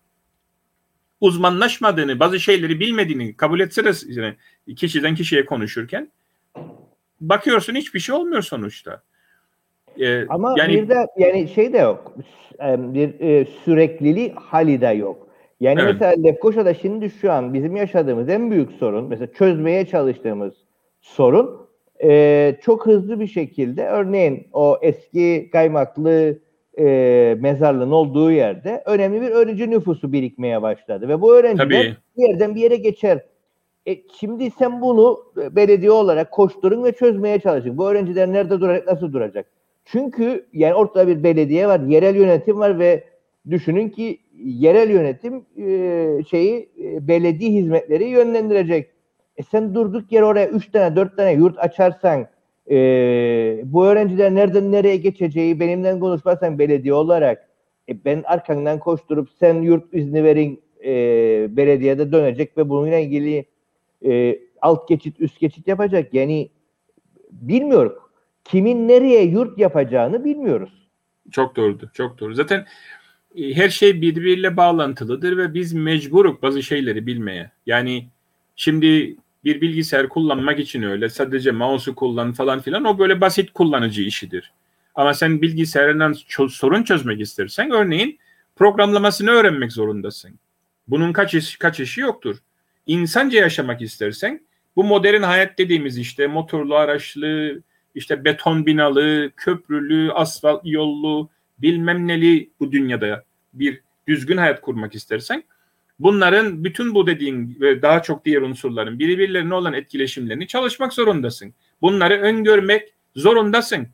Uzmanlaşmadığını, bazı şeyleri bilmediğini kabul etse de yani kişiden kişiye konuşurken bakıyorsun hiçbir şey olmuyor sonuçta. Ee, Ama yani bir de yani şey de yok. Bir e, sürekliliği hali de yok. Yani Evet. mesela Lefkoşa'da şimdi şu an bizim yaşadığımız en büyük sorun, mesela çözmeye çalıştığımız sorun e, çok hızlı bir şekilde örneğin o eski kaymaklı e, mezarlığın olduğu yerde önemli bir öğrenci nüfusu birikmeye başladı ve bu öğrenciler Tabii. bir yerden bir yere geçer. E, şimdi sen bunu belediye olarak koşturun ve çözmeye çalışın. Bu öğrenciler nerede duracak, nasıl duracak? Çünkü yani ortada bir belediye var, yerel yönetim var ve düşünün ki yerel yönetim e, şeyi e, belediye hizmetleri yönlendirecek. E sen durduk yere oraya üç tane dört tane yurt açarsan e, bu öğrenciler nereden nereye geçeceği benimle konuşmazsan belediye olarak e, ben arkandan koşturup sen yurt izni verin e, belediyede dönecek ve bununla ilgili e, alt geçit üst geçit yapacak. Yani bilmiyoruz. Kimin nereye yurt yapacağını bilmiyoruz. Çok doğrudur, çok doğru. Zaten her şey birbiriyle bağlantılıdır ve biz mecburuk bazı şeyleri bilmeye. Yani şimdi bir bilgisayar kullanmak için öyle sadece mouse'u kullan falan filan o böyle basit kullanıcı işidir. Ama sen bilgisayarından çö- sorun çözmek istersen örneğin programlamasını öğrenmek zorundasın. Bunun kaç, kaç işi yoktur. İnsanca yaşamak istersen bu modern hayat dediğimiz işte motorlu araçlı, işte beton binalı, köprülü, asfalt yollu, bilmem neli bu dünyada bir düzgün hayat kurmak istersen bunların bütün bu dediğin ve daha çok diğer unsurların birbirlerine olan etkileşimlerini çalışmak zorundasın. Bunları öngörmek zorundasın.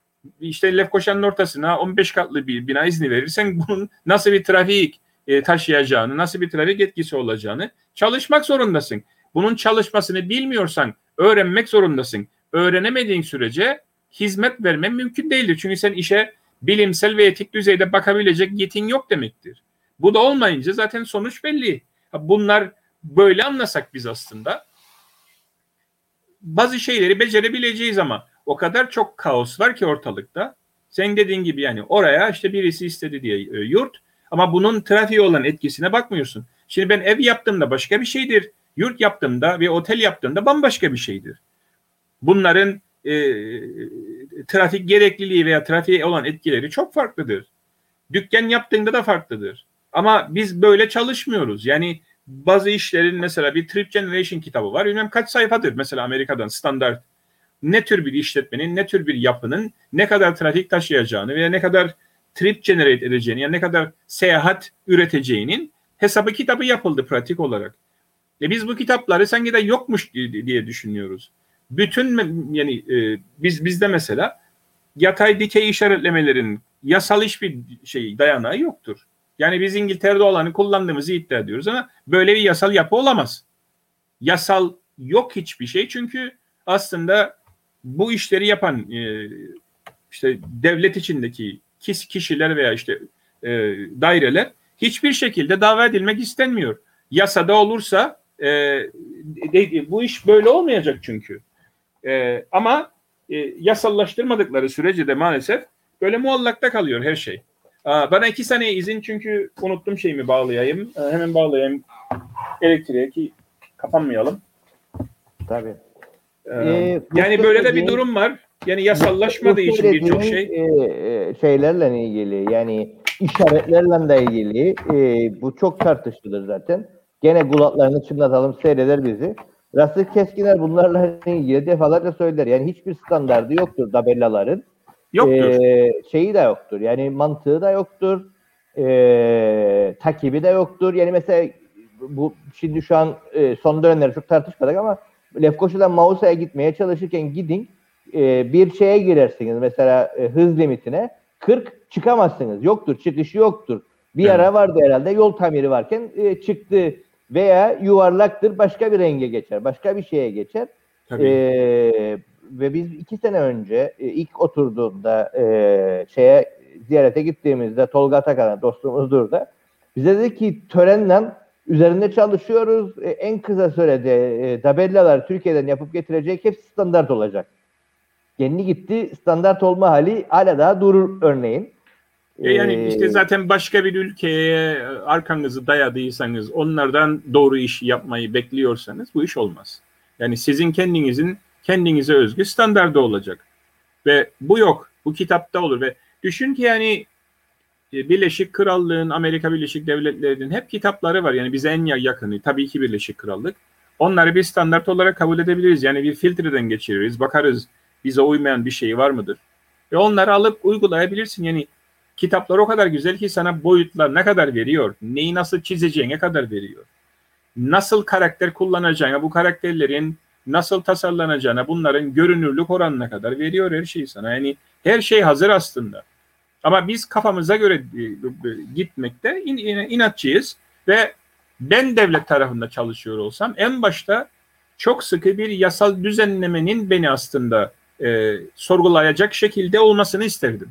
İşte Lefkoşa'nın ortasına on beş katlı bir bina izni verirsen bunun nasıl bir trafik e, taşıyacağını, nasıl bir trafik etkisi olacağını çalışmak zorundasın. Bunun çalışmasını bilmiyorsan öğrenmek zorundasın. Öğrenemediğin sürece hizmet vermen mümkün değildir. Çünkü sen işe bilimsel ve etik düzeyde bakabilecek yetin yok demektir. Bu da olmayınca zaten sonuç belli. Bunlar böyle anlasak biz aslında bazı şeyleri becerebileceğiz ama o kadar çok kaos var ki ortalıkta. Sen dediğin gibi yani oraya işte birisi istedi diye e, yurt ama bunun trafiğe olan etkisine bakmıyorsun. Şimdi ben ev yaptığımda başka bir şeydir. Yurt yaptığımda ve otel yaptığımda bambaşka bir şeydir. Bunların e, trafik gerekliliği veya trafiğe olan etkileri çok farklıdır. Dükkan yaptığında da farklıdır. Ama biz böyle çalışmıyoruz. Yani bazı işlerin mesela bir Trip Generation kitabı var. Bilmem kaç sayfadır mesela Amerika'dan standart. Ne tür bir işletmenin, ne tür bir yapının ne kadar trafik taşıyacağını veya ne kadar trip generate edeceğini, yani ne kadar seyahat üreteceğinin hesabı kitabı yapıldı pratik olarak. E biz bu kitapları sanki de yokmuş diye düşünüyoruz. Bütün yani e, biz bizde mesela yatay dikey işaretlemelerin yasal hiçbir şey dayanağı yoktur. Yani biz İngiltere'de olanı kullandığımızı iddia ediyoruz ama böyle bir yasal yapı olamaz. Yasal yok hiçbir şey çünkü aslında bu işleri yapan e, işte devlet içindeki kişiler veya işte e, daireler hiçbir şekilde dava edilmek istenmiyor. Yasada olursa e, de, bu iş böyle olmayacak çünkü. E, ama e, yasallaştırmadıkları sürece de maalesef böyle muallakta kalıyor her şey. Aa, bana iki saniye izin çünkü unuttum şeyimi bağlayayım. Ee, hemen bağlayayım elektriğe ki kapanmayalım. Tabii. Ee, Ee, yani böyle de bir durum var. Yani yasallaşmadığı için birçok şey. E, şeylerle ilgili yani işaretlerle de ilgili e, bu çok tartışılır zaten. Gene kulaklarını çınlatalım seyreder bizi. Rasıl Keskiner bunlarla ilgili defalarca söyler. Yani hiçbir standardı yoktur tabelaların. Yoktur. Ee, şeyi de yoktur. Yani mantığı da yoktur. Ee, takibi de yoktur. Yani mesela bu şimdi şu an e, son dönemleri çok tartışmadık ama Lefkoşa'dan Mausa'ya gitmeye çalışırken gidin e, bir şeye girersiniz. Mesela e, hız limitine kırk çıkamazsınız. Yoktur. Çıkışı yoktur. Bir Evet. ara vardı herhalde yol tamiri varken e, çıktı veya yuvarlaktır başka bir renge geçer. Başka bir şeye geçer. Tabii. Ee, ve biz iki sene önce e, ilk oturduğunda e, şeye ziyarete gittiğimizde Tolga Atakan'a dostumuzdur da bize dedi ki törenle üzerinde çalışıyoruz. E, en kısa sürede e, tabelalar Türkiye'den yapıp getirecek hepsi standart olacak. kendi gitti standart olma hali hala daha durur örneğin. E yani Ee, işte zaten başka bir ülkeye arkanızı dayadıysanız, onlardan doğru işi yapmayı bekliyorsanız bu iş olmaz. Yani sizin kendinizin kendinize özgü standardı olacak. Ve bu yok. Bu kitapta olur ve düşün ki yani Birleşik Krallığın, Amerika Birleşik Devletleri'nin hep kitapları var. Yani bize en yakını tabii ki Birleşik Krallık. Onları bir standart olarak kabul edebiliriz. Yani bir filtreden geçiririz. Bakarız bize uymayan bir şey var mıdır? Ve onları alıp uygulayabilirsin. Yani kitaplar o kadar güzel ki sana boyutlar ne kadar veriyor? Neyi nasıl çizeceğine kadar veriyor. Nasıl karakter kullanacağına, bu karakterlerin nasıl tasarlanacağına, bunların görünürlük oranına kadar veriyor her şeyi sana. Yani her şey hazır aslında. Ama biz kafamıza göre gitmekte in, in, inatçıyız ve ben devlet tarafında çalışıyor olsam en başta çok sıkı bir yasal düzenlemenin beni aslında e, sorgulayacak şekilde olmasını isterdim.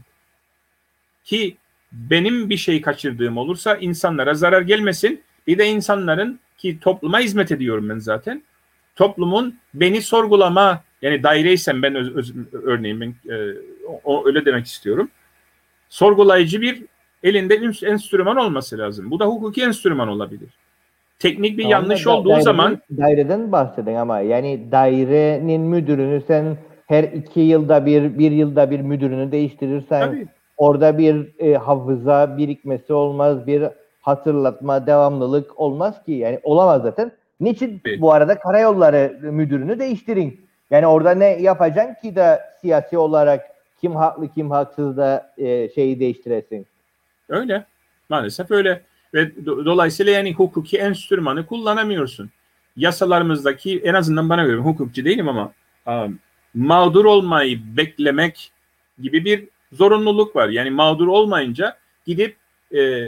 Ki benim bir şey kaçırdığım olursa insanlara zarar gelmesin. Bir de insanların, ki topluma hizmet ediyorum ben zaten, toplumun beni sorgulama, yani daireysem ben öz, öz, örneğin ben e, o, öyle demek istiyorum. Sorgulayıcı bir elinde enstrüman olması lazım. Bu da hukuki enstrüman olabilir. Teknik bir ama yanlış da, olduğu daireden, zaman... Daireden bahsedin ama yani dairenin müdürünü sen her iki yılda bir, bir yılda bir müdürünü değiştirirsen Tabii. orada bir e, hafıza birikmesi olmaz, bir hatırlatma, devamlılık olmaz ki. Yani olamaz zaten. Niçin Evet. bu arada karayolları müdürünü değiştirin? Yani orada ne yapacaksın ki da siyasi olarak kim haklı kim haksız da e, şeyi değiştiresin? Öyle. Maalesef öyle. Ve do- dolayısıyla yani hukuki enstrümanı kullanamıyorsun. Yasalarımızdaki, en azından bana göre, hukukçu değilim ama um, mağdur olmayı beklemek gibi bir zorunluluk var. Yani mağdur olmayınca gidip e,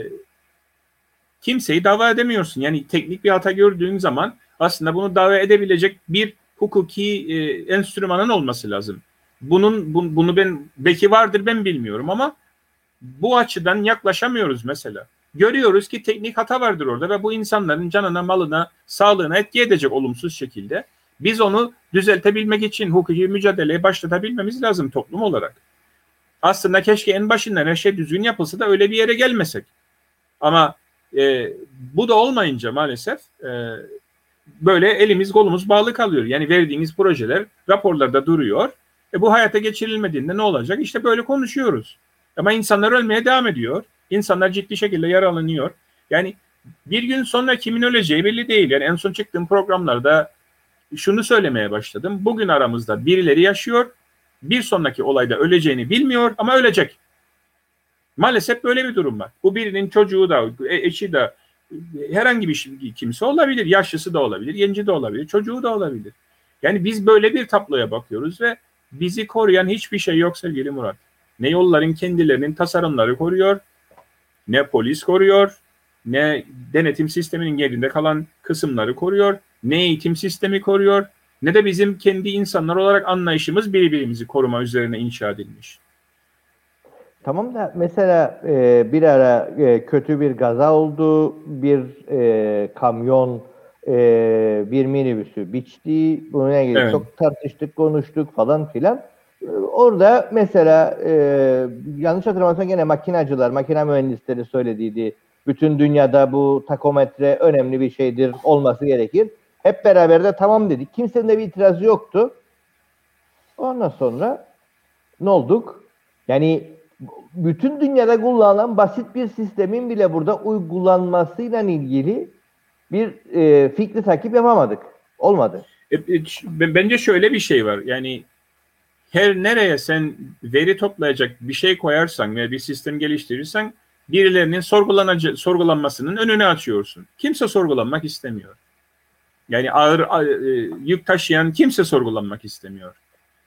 kimseyi dava edemiyorsun. Yani teknik bir hata gördüğün zaman aslında bunu dava edebilecek bir hukuki e, enstrümanın olması lazım. Bunun bu, bunu ben belki vardır, ben bilmiyorum ama bu açıdan yaklaşamıyoruz mesela. Görüyoruz ki teknik hata vardır orada ve bu insanların canına, malına, sağlığına etki edecek olumsuz şekilde. Biz onu düzeltebilmek için hukuki mücadeleye başlatabilmemiz lazım toplum olarak. Aslında keşke en başından her şey düzgün yapılsa da öyle bir yere gelmesek. Ama e, bu da olmayınca maalesef e, böyle elimiz kolumuz bağlı kalıyor. Yani verdiğiniz projeler raporlarda duruyor. E, bu hayata geçirilmediğinde ne olacak? İşte böyle konuşuyoruz. Ama insanlar ölmeye devam ediyor. İnsanlar ciddi şekilde yaralanıyor. Yani bir gün sonra kimin öleceği belli değil. Yani en son çıktığım programlarda şunu söylemeye başladım. Bugün aramızda birileri yaşıyor. Bir sonraki olayda öleceğini bilmiyor ama ölecek. Maalesef böyle bir durum var. Bu birinin çocuğu da, eşi de, herhangi bir kimse olabilir. Yaşlısı da olabilir, genci de olabilir, çocuğu da olabilir. Yani biz böyle bir tabloya bakıyoruz ve bizi koruyan hiçbir şey yok sevgili Murat. Ne yolların kendilerinin tasarımları koruyor, ne polis koruyor, ne denetim sisteminin yerinde kalan kısımları koruyor, ne eğitim sistemi koruyor, ne de bizim kendi insanlar olarak anlayışımız birbirimizi koruma üzerine inşa edilmiş. Tamam da mesela e, bir ara e, kötü bir gaza oldu, bir e, kamyon e, bir minibüsü biçti, bununla ilgili Evet. çok tartıştık, konuştuk falan filan. E, orada mesela e, yanlış hatırlamıyorsam gene makinacılar, makine mühendisleri söylediydi. Bütün dünyada bu takometre önemli bir şeydir, olması gerekir. Hep beraber de tamam dedik. Kimsenin de bir itirazı yoktu. Ondan sonra ne olduk? Yani bütün dünyada kullanılan basit bir sistemin bile burada uygulanmasıyla ilgili bir e, fikri takip yapamadık. Olmadı. E, e, bence şöyle bir şey var. Yani her nereye sen veri toplayacak bir şey koyarsan veya bir sistem geliştirirsen birilerinin sorgulanmasının önünü açıyorsun. Kimse sorgulanmak istemiyor. Yani ağır e, yük taşıyan kimse sorgulanmak istemiyor.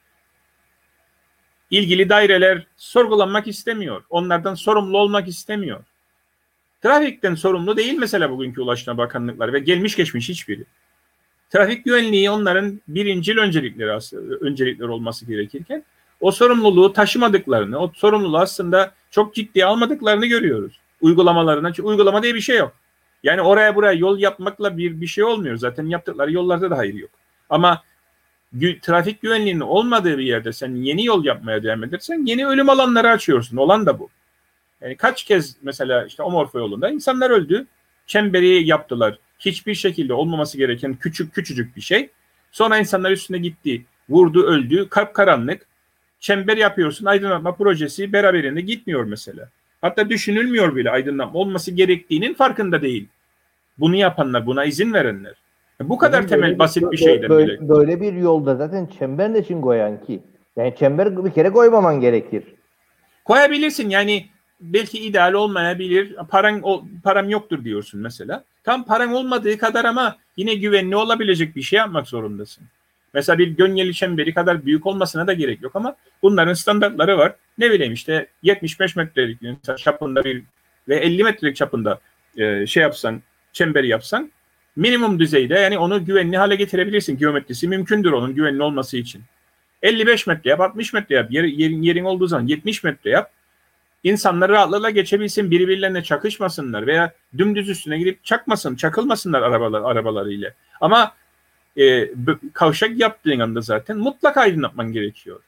İlgili daireler sorgulanmak istemiyor. Onlardan sorumlu olmak istemiyor. Trafikten sorumlu değil mesela bugünkü Ulaştırma Bakanlıkları ve gelmiş geçmiş hiçbiri. Trafik güvenliği onların birincil öncelikleri aslında, öncelikleri olması gerekirken o sorumluluğu taşımadıklarını, o sorumluluğu aslında çok ciddiye almadıklarını görüyoruz. Uygulamalarına, çünkü uygulama diye bir şey yok. Yani oraya buraya yol yapmakla bir bir şey olmuyor. Zaten yaptıkları yollarda da hayır yok. Ama gü- trafik güvenliğinin olmadığı bir yerde sen yeni yol yapmaya devam edersen yeni ölüm alanları açıyorsun. Olan da bu. Yani kaç kez mesela işte Omorfa yolunda insanlar öldü. Çemberi yaptılar. Hiçbir şekilde olmaması gereken küçük küçücük bir şey. Sonra insanlar üstüne gitti. Vurdu, öldü. Kapkaranlık. Çember yapıyorsun. Aydınlatma projesi beraberinde gitmiyor mesela. Hatta düşünülmüyor bile aydınlatma olması gerektiğinin farkında değil. Bunu yapanlar, buna izin verenler. Bu kadar Bizim temel, böyle basit bir, bir şeyden böyle, bile. böyle bir yolda zaten çember de için koyan ki. Yani çember bir kere koymaman gerekir. Koyabilirsin yani belki ideal olmayabilir. Paran o, param yoktur diyorsun mesela. Tam paran olmadığı kadar ama yine güvenli olabilecek bir şey yapmak zorundasın. Mesela bir Gönyeli çemberi kadar büyük olmasına da gerek yok ama bunların standartları var. Ne bileyim işte yetmiş beş metrelik çapında bir ve elli metrelik çapında e, şey yapsan, çemberi yapsan minimum düzeyde yani onu güvenli hale getirebilirsin. Geometrisi mümkündür onun güvenli olması için. elli beş metre yap, altmış metre yap. Yer, yerin, yerin olduğu zaman yetmiş metre yap. İnsanlar rahatlıkla geçebilsin, birbirlerine çakışmasınlar veya dümdüz üstüne gidip çakmasın, çakılmasınlar arabalar, arabalarıyla. Ama e, kavşak yaptığın anda zaten mutlaka aydınlatman gerekiyor.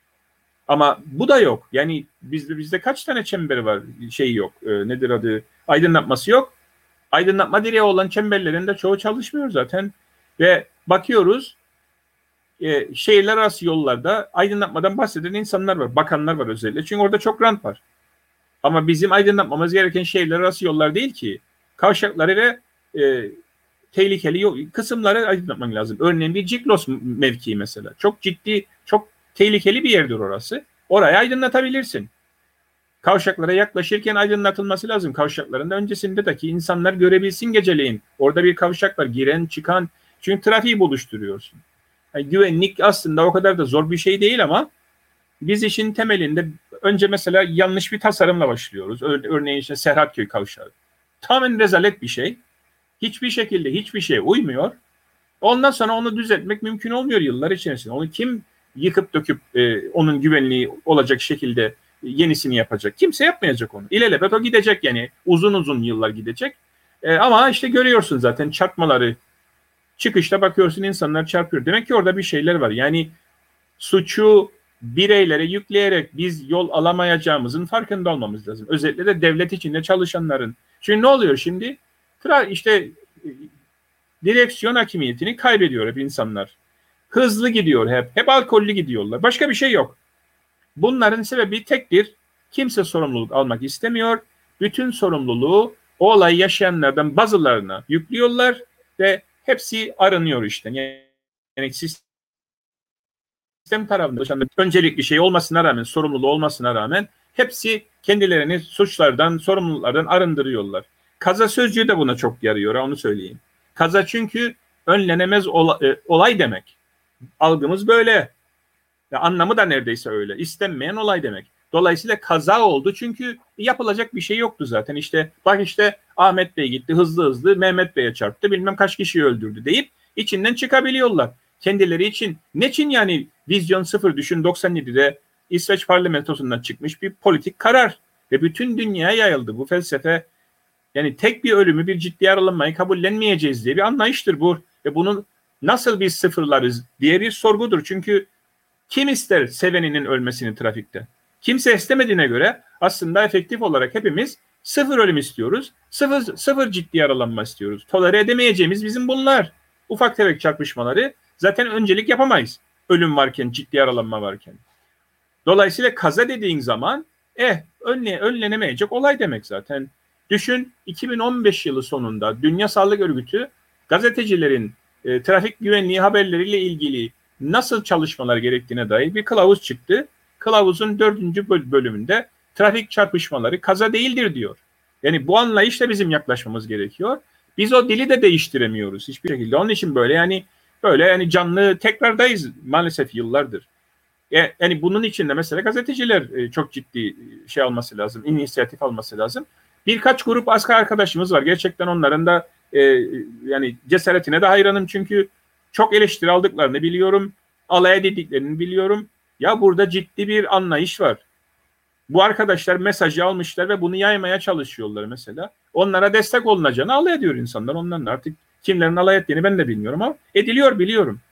Ama bu da yok. Yani bizde bizde kaç tane çember var? Şey yok. E, nedir adı? Aydınlatması yok. Aydınlatma direği olan çemberlerin de çoğu çalışmıyor zaten. Ve bakıyoruz e, şehirler arası yollarda aydınlatmadan bahseden insanlar var. Bakanlar var özellikle. Çünkü orada çok rant var. Ama bizim aydınlatmamız gereken şehirler arası yollar değil ki. Kavşakları ve e, tehlikeli yol, kısımları aydınlatman lazım. Örneğin bir Ciklos mevkii mesela. Çok ciddi, çok tehlikeli bir yerdir orası. Orayı aydınlatabilirsin. Kavşaklara yaklaşırken aydınlatılması lazım. Kavşakların da öncesinde de ki insanlar görebilsin geceleyin. Orada bir kavşak var. Giren, çıkan. Çünkü trafiği buluşturuyorsun. Yani güvenlik aslında o kadar da zor bir şey değil ama biz işin temelinde önce mesela yanlış bir tasarımla başlıyoruz. Örneğin işte Serhatköy kavşağı. Tamamen rezalet bir şey. Hiçbir şekilde hiçbir şeye uymuyor. Ondan sonra onu düzeltmek mümkün olmuyor yıllar içerisinde. Onu kim yıkıp döküp e, onun güvenliği olacak şekilde yenisini yapacak? Kimse yapmayacak onu. İlelebet o gidecek yani. Uzun uzun yıllar gidecek. E, ama işte görüyorsun zaten çarpmaları. Çıkışta bakıyorsun insanlar çarpıyor. Demek ki orada bir şeyler var. Yani suçu bireylere yükleyerek biz yol alamayacağımızın farkında olmamız lazım. Özellikle de devlet içinde çalışanların. Çünkü ne oluyor şimdi? İşte direksiyon hakimiyetini kaybediyor hep insanlar. Hızlı gidiyor hep. Hep alkollü gidiyorlar. Başka bir şey yok. Bunların sebebi tektir. Kimse sorumluluk almak istemiyor. Bütün sorumluluğu o olayı yaşayanlardan bazılarına yüklüyorlar ve hepsi aranıyor işte. Yani sistem tarafından öncelikli şey olmasına rağmen, sorumluluğu olmasına rağmen hepsi kendilerini suçlardan, sorumluluklardan arındırıyorlar. Kaza sözcüğü de buna çok yarıyor, onu söyleyeyim. Kaza çünkü önlenemez olay, olay demek. Algımız böyle. Ya anlamı da neredeyse öyle. İstenmeyen olay demek. Dolayısıyla kaza oldu çünkü yapılacak bir şey yoktu zaten. İşte bak işte Ahmet Bey gitti hızlı hızlı Mehmet Bey'e çarptı bilmem kaç kişiyi öldürdü deyip içinden çıkabiliyorlar. Kendileri için. Ne için yani vizyon sıfır düşün doksan yedide İsveç parlamentosundan çıkmış bir politik karar. Ve bütün dünyaya yayıldı bu felsefe. Yani tek bir ölümü bir ciddi yaralanmayı kabullenmeyeceğiz diye bir anlayıştır bu. Ve bunu nasıl biz sıfırlarız diye bir sorgudur. Çünkü kim ister seveninin ölmesini trafikte? Kimse istemediğine göre aslında efektif olarak hepimiz sıfır ölüm istiyoruz. Sıfır, sıfır ciddi yaralanma istiyoruz. Tolere edemeyeceğimiz bizim bunlar. Ufak tefek çarpışmaları zaten öncelik yapamayız. Ölüm varken, ciddi yaralanma varken. Dolayısıyla kaza dediğin zaman eh önle, önlenemeyecek olay demek zaten. Düşün iki bin on beş yılı sonunda Dünya Sağlık Örgütü gazetecilerin e, trafik güvenliği haberleriyle ilgili nasıl çalışmalar gerektiğine dair bir kılavuz çıktı. Kılavuzun dördüncü bölümünde trafik çarpışmaları kaza değildir diyor. Yani bu anlayışla bizim yaklaşmamız gerekiyor. Biz o dili de değiştiremiyoruz hiçbir şekilde. Onun için böyle yani böyle yani canlı tekrardayız maalesef yıllardır. Yani bunun için de mesela gazeteciler çok ciddi şey alması lazım, inisiyatif alması lazım. Birkaç grup asker arkadaşımız var. Gerçekten onların da e, yani cesaretine de hayranım çünkü çok eleştiri aldıklarını biliyorum. Alay dediklerini biliyorum. Ya burada ciddi bir anlayış var. Bu arkadaşlar mesajı almışlar ve bunu yaymaya çalışıyorlar mesela. Onlara destek olunacağını alay ediyor insanlar. Onların artık kimlerin alay ettiğini ben de bilmiyorum ama ediliyor biliyorum.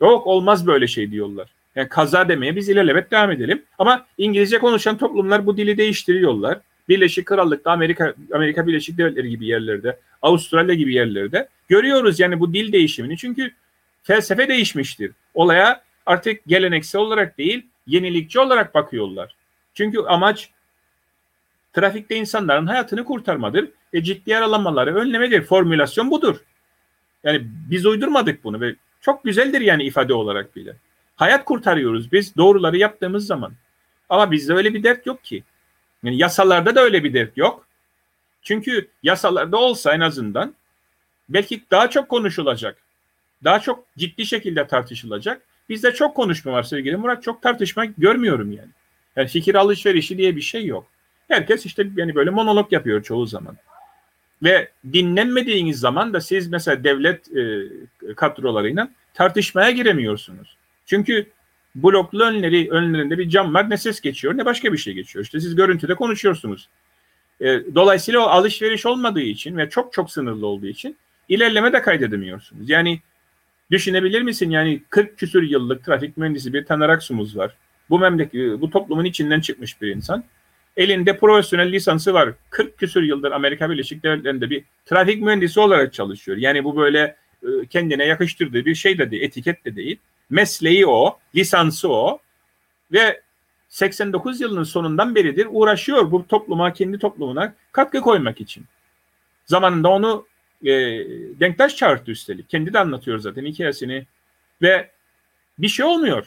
Yok, olmaz böyle şey diyorlar. Yani kaza demeye biz ilelebet devam edelim. Ama İngilizce konuşan toplumlar bu dili değiştiriyorlar. Birleşik Krallık'ta, Amerika Amerika Birleşik Devletleri gibi yerlerde, Avustralya gibi yerlerde görüyoruz yani bu dil değişimini. Çünkü felsefe değişmiştir. Olaya artık geleneksel olarak değil, yenilikçi olarak bakıyorlar. Çünkü amaç trafikte insanların hayatını kurtarmadır ve ciddi yaralanmaları önlemedir. Formülasyon budur. Yani biz uydurmadık bunu ve çok güzeldir yani ifade olarak bile. Hayat kurtarıyoruz biz doğruları yaptığımız zaman. Ama bizde öyle bir dert yok ki. Yani yasalarda da öyle bir dert yok. Çünkü yasalarda olsa en azından belki daha çok konuşulacak. Daha çok ciddi şekilde tartışılacak. Bizde çok konuşma var sevgili Murat. Çok tartışma görmüyorum yani. Yani fikir alışverişi diye bir şey yok. Herkes işte yani böyle monolog yapıyor çoğu zaman. Ve dinlenmediğiniz zaman da siz mesela devlet e, kadrolarıyla tartışmaya giremiyorsunuz. Çünkü bloklu önleri, önlerinde bir cam var, ne ses geçiyor ne başka bir şey geçiyor. İşte siz görüntüde konuşuyorsunuz. E, dolayısıyla o alışveriş olmadığı için ve çok çok sınırlı olduğu için ilerleme de kaydedemiyorsunuz. Yani düşünebilir misin yani kırk küsür yıllık trafik mühendisi bir Taner Aksumuz var. Bu memleket, bu toplumun içinden çıkmış bir insan. Elinde profesyonel lisansı var. kırk küsür yıldır Amerika Birleşik Devletleri'nde bir trafik mühendisi olarak çalışıyor. Yani bu böyle kendine yakıştırdığı bir şey de değil, etiket de değil. Mesleği o, lisansı o ve seksen dokuz yılının sonundan beridir uğraşıyor bu topluma, kendi toplumuna katkı koymak için. Zamanında onu e, Denktaş çağırdı üstelik. Kendi de anlatıyor zaten hikayesini ve bir şey olmuyor.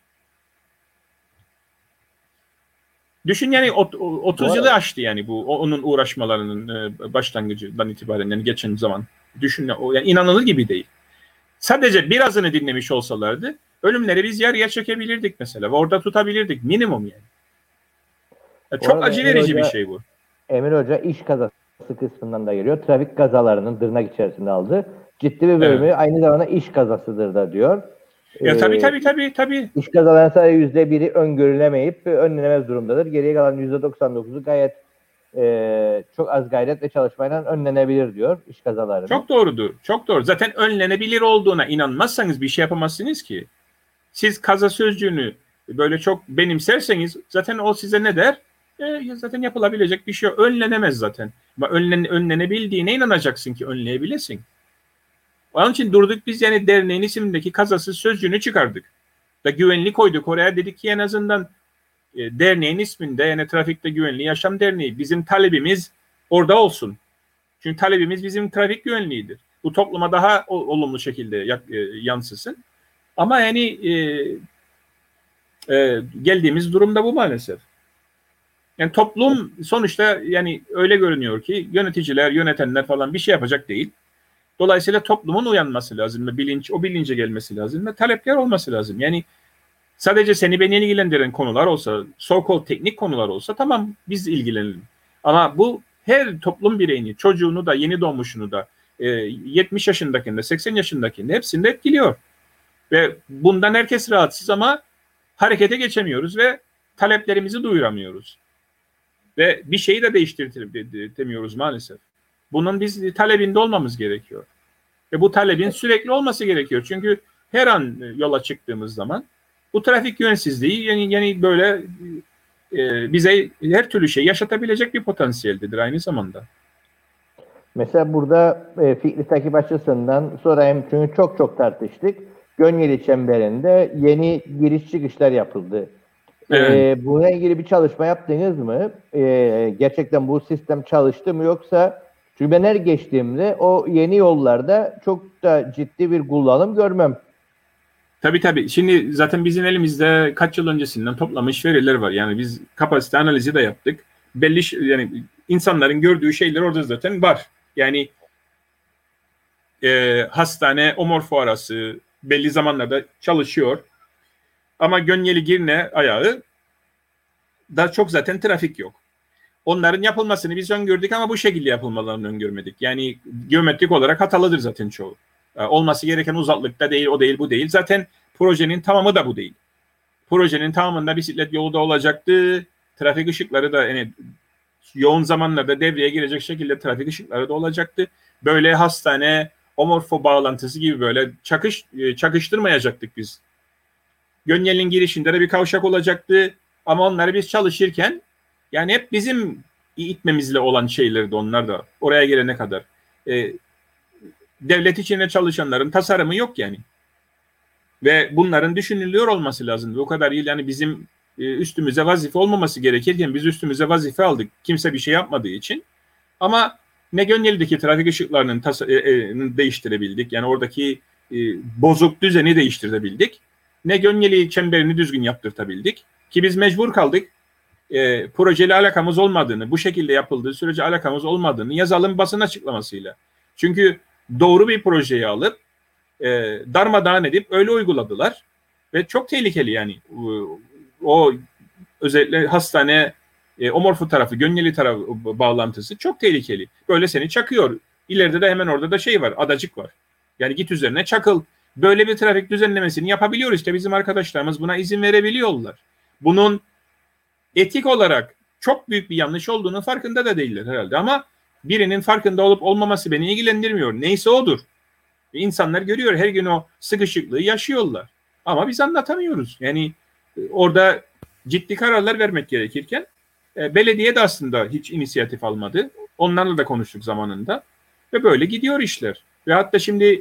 Düşün yani otuz yılı aştı yani bu onun uğraşmalarının başlangıcından itibaren yani geçen zaman. Düşün yani inanılır gibi değil. Sadece birazını dinlemiş olsalardı ölümleri biz yarıya çekebilirdik mesela ve orada tutabilirdik minimum yani. yani çok acı verici Hoca, bir şey bu. Emir Hoca iş kazası kısmından da geliyor. Trafik kazalarının tırnak içerisinde aldı. Ciddi bir bölümü evet. Aynı zamanda iş kazasıdır da diyor. Ya ee, tabii tabii tabii tabii. İş kazalarının sadece yüzde biri öngörülemeyip önlenemez durumdadır. Geriye kalan yüzde doksan dokuzu gayet e, çok az gayret ve çalışmayla önlenebilir diyor iş kazalarının. Çok doğrudur. Çok doğru. Zaten önlenebilir olduğuna inanmazsanız bir şey yapamazsınız ki. Siz kaza sözcüğünü böyle çok benimserseniz zaten o size ne der? E, zaten yapılabilecek bir şey önlenemez zaten. Ama önlen, önlenebildiğine inanacaksın ki önleyebilesin. Onun için durduk biz yani derneğin isimindeki kazasız sözcüğünü çıkardık. Da güvenlik koyduk oraya, dedik ki en azından e, derneğin isminde yani Trafikte Güvenli Yaşam Derneği bizim talebimiz orada olsun. Çünkü talebimiz bizim trafik güvenliğidir. Bu topluma daha o, olumlu şekilde yak, e, yansısın. Ama yani e, e, geldiğimiz durumda bu maalesef. Yani toplum sonuçta yani öyle görünüyor ki yöneticiler, yönetenler falan bir şey yapacak değil. Dolayısıyla toplumun uyanması lazım ve bilinç, o bilince gelmesi lazım ve talepler olması lazım. Yani sadece seni beni ilgilendiren konular olsa, so-called teknik konular olsa tamam biz ilgilenelim. Ama bu her toplum bireyini, çocuğunu da, yeni doğmuşunu da, e, yetmiş yaşındakini de, seksen yaşındakini de hepsini de etkiliyor. Ve bundan herkes rahatsız ama harekete geçemiyoruz ve taleplerimizi duyuramıyoruz. Ve bir şeyi de değiştiremiyoruz maalesef. Bunun biz talebinde olmamız gerekiyor. Ve bu talebin sürekli olması gerekiyor. Çünkü her an yola çıktığımız zaman bu trafik güvensizliği yani, yani böyle e, bize her türlü şey yaşatabilecek bir potansiyeldedir aynı zamanda. Mesela burada e, Fikri Takip açısından sorayım çünkü çok çok tartıştık. Gönyeli çemberinde yeni giriş çıkışlar yapıldı. Evet. E, bununla ilgili bir çalışma yaptınız mı? E, gerçekten bu sistem çalıştı mı yoksa? Çünkü ben her geçtiğimde o yeni yollarda çok da ciddi bir kullanım görmem. Tabii tabii. Şimdi zaten bizim elimizde kaç yıl öncesinden toplamış veriler var. Yani biz kapasite analizi de yaptık. Belli yani insanların gördüğü şeyler orada zaten var. Yani e, hastane, omorfo arası belli zamanlarda çalışıyor. Ama Gönyeli Girne ayağı da çok zaten trafik yok. Onların yapılmasını biz öngördük ama bu şekilde yapılmalarını öngörmedik. Yani geometrik olarak hatalıdır zaten çoğu. Olması gereken uzaklıkta değil, o değil, bu değil. Zaten projenin tamamı da bu değil. Projenin tamamında bisiklet yolu da olacaktı. Trafik ışıkları da yani yoğun zamanlarda devreye girecek şekilde trafik ışıkları da olacaktı. Böyle hastane, omorfo bağlantısı gibi böyle çakış çakıştırmayacaktık biz. Gönyel'in girişinde de bir kavşak olacaktı ama onları biz çalışırken yani hep bizim itmemizle olan şeylerdi onlar da oraya gelene kadar. E, devlet içinde çalışanların tasarımı yok yani. Ve bunların düşünülüyor olması lazım. O kadar yıl yani bizim üstümüze vazife olmaması gerekirken biz üstümüze vazife aldık. Kimse bir şey yapmadığı için. Ama ne Gönyeli'deki trafik ışıklarının tas- e, e, değiştirebildik. Yani oradaki e, bozuk düzeni değiştirebildik. Ne Gönyeli çemberini düzgün yaptırtabildik. Ki biz mecbur kaldık. E, projeyle alakamız olmadığını, bu şekilde yapıldığı sürece alakamız olmadığını yazalım basın açıklamasıyla. Çünkü doğru bir projeyi alıp e, darmadağın edip öyle uyguladılar. Ve çok tehlikeli yani. O, o özellikle hastane e, omorfu tarafı, Gönyeli tarafı bağlantısı çok tehlikeli. Böyle seni çakıyor. İleride de hemen orada da şey var, adacık var. Yani git üzerine çakıl. Böyle bir trafik düzenlemesini yapabiliyor işte bizim arkadaşlarımız buna izin verebiliyorlar. Bunun etik olarak çok büyük bir yanlış olduğunu farkında da değiller herhalde ama birinin farkında olup olmaması beni ilgilendirmiyor. Neyse odur. İnsanlar görüyor her gün o sıkışıklığı yaşıyorlar. Ama biz anlatamıyoruz. Yani orada ciddi kararlar vermek gerekirken e, belediye de aslında hiç inisiyatif almadı. Onlarla da konuştuk zamanında. Ve böyle gidiyor işler. Ve hatta şimdi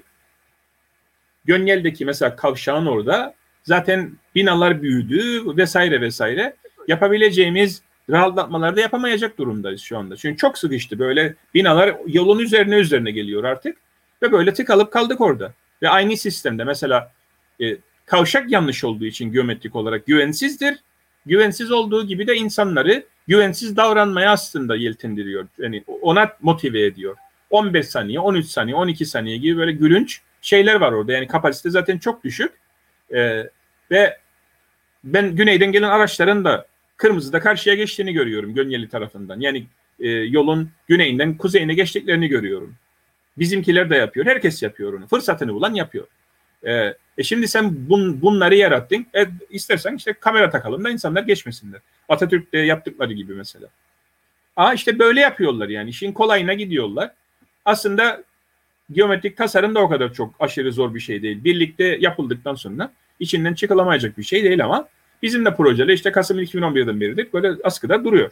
Gönyel'deki mesela kavşağın orada zaten binalar büyüdü vesaire vesaire. Yapabileceğimiz rahatlatmaları da yapamayacak durumdayız şu anda. Çünkü çok sıkıştı. Böyle binalar yolun üzerine üzerine geliyor artık. Ve böyle tıkalıp kaldık orada. Ve aynı sistemde mesela e, kavşak yanlış olduğu için geometrik olarak güvensizdir. Güvensiz olduğu gibi de insanları güvensiz davranmaya aslında yeltendiriyor. Yani ona motive ediyor. on beş saniye, on üç saniye, on iki saniye gibi böyle gülünç şeyler var orada. Yani kapasite zaten çok düşük. Ee, ve ben güneyden gelen araçların da kırmızıda karşıya geçtiğini görüyorum Gönyeli tarafından. Yani e, yolun güneyinden kuzeyine geçtiklerini görüyorum. Bizimkiler de yapıyor. Herkes yapıyor onu. Fırsatını bulan yapıyor. Ee, e şimdi sen bun, bunları yarattın. E, istersen işte kamera takalım da insanlar geçmesinler. Atatürk'te yaptıkları gibi mesela. Aa işte böyle yapıyorlar yani. İşin kolayına gidiyorlar. Aslında geometrik tasarım da o kadar çok aşırı zor bir şey değil. Birlikte yapıldıktan sonra içinden çıkılamayacak bir şey değil ama bizim de projeler işte Kasım iki bin on birden beridir böyle askıda duruyor.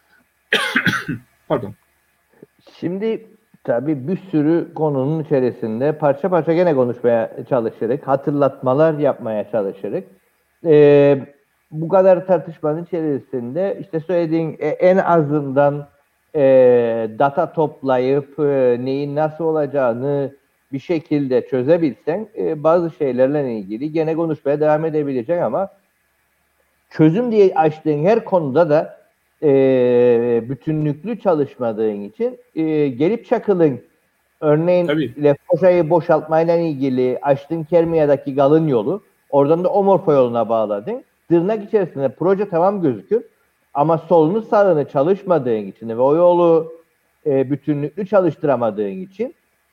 Pardon. Şimdi tabii bir sürü konunun içerisinde parça parça gene konuşmaya çalışırız. Hatırlatmalar yapmaya çalışırız. Ee, bu kadar tartışmanın içerisinde işte söylediğin en azından e, data toplayıp e, neyin nasıl olacağını bir şekilde çözebilsen e, bazı şeylerle ilgili gene konuşmaya devam edebileceksin ama çözüm diye açtığın her konuda da e, bütünlüklü çalışmadığın için e, gelip çakılın. Örneğin Lefkoşa'yı boşaltmayla ilgili açtığın Kermia'daki Galın yolu, oradan da Omorfo yoluna bağladın. Tırnak içerisinde proje tamam gözükür ama solunu sağını çalışmadığın için ve o yolu e, bütünlüklü çalıştıramadığın için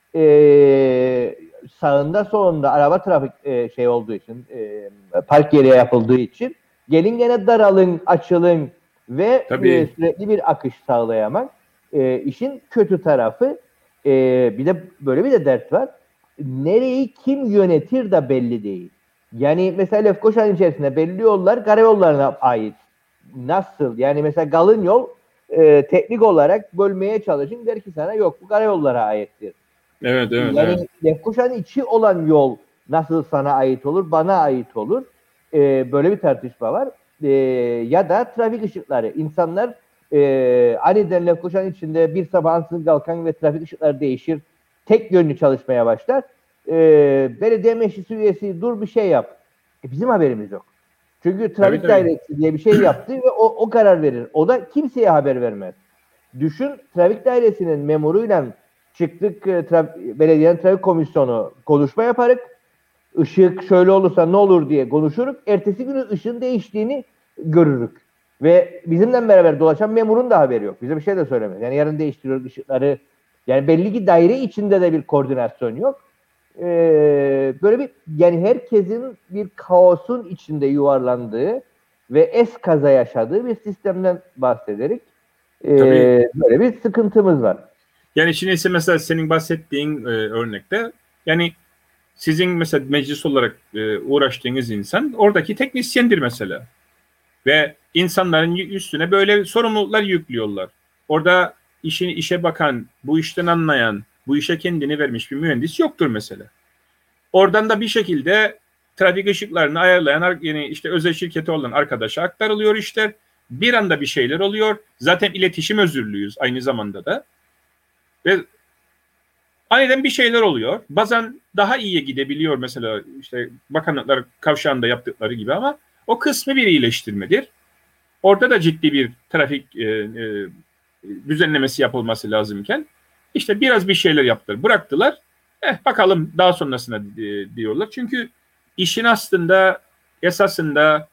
e, sağında solunda araba trafik e, şey olduğu için e, park yeri yapıldığı için gelin gene daralın, açılın ve e, sürekli bir akış sağlayamak. E, işin kötü tarafı e, bir de böyle bir de dert var. Nereyi kim yönetir de belli değil. Yani mesela Lefkoşa'nın içerisinde belli yollar karayollarına ait. Nasıl? Yani mesela Galın yol e, teknik olarak bölmeye çalışın der ki sana yok bu karayollara aittir. Evet, evet. Yani evet. Lefkoşa'nın içi olan yol nasıl sana ait olur, bana ait olur. E, böyle bir tartışma var. E, ya da trafik ışıkları. İnsanlar e, aniden Lefkoşa'nın içinde bir sabah ansızın kalkan ve trafik ışıkları değişir. Tek yönlü çalışmaya başlar. E, belediye meclisi üyesi dur bir şey yap. E, bizim haberimiz yok. Çünkü trafik tabii, dairesi tabii. diye bir şey yaptı ve o, o karar verir. O da kimseye haber vermez. Düşün trafik dairesinin memuruyla çıktık traf- belediyenin trafik komisyonu konuşma yaparık. Işık şöyle olursa ne olur diye konuşuruk. Ertesi günü ışığın değiştiğini görürük. Ve bizimle beraber dolaşan memurun da haberi yok. Bize bir şey de söylemez. Yani yarın değiştiriyoruz ışıkları. Yani belli ki daire içinde de bir koordinasyon yok. Ee, böyle bir yani herkesin bir kaosun içinde yuvarlandığı ve es kaza yaşadığı bir sistemden bahsederek ee, böyle bir sıkıntımız var. Yani şimdi ise mesela senin bahsettiğin e, örnekte yani sizin mesela meclis olarak e, uğraştığınız insan oradaki teknisyendir mesela. Ve insanların üstüne böyle sorumluluklar yüklüyorlar. Orada işini işe bakan, bu işten anlayan, bu işe kendini vermiş bir mühendis yoktur mesela. Oradan da bir şekilde trafik ışıklarını ayarlayan yani işte özel şirketi olan arkadaşa aktarılıyor işler. Bir anda bir şeyler oluyor. Zaten iletişim özürlüyüz aynı zamanda da. Ve aniden bir şeyler oluyor. Bazen daha iyiye gidebiliyor mesela işte bakanlıklar kavşağında yaptıkları gibi ama o kısmı bir iyileştirmedir. Orada da ciddi bir trafik e, e, düzenlemesi yapılması lazımken işte biraz bir şeyler yaptılar, bıraktılar. Eh bakalım daha sonrasına e, diyorlar. Çünkü işin aslında esasında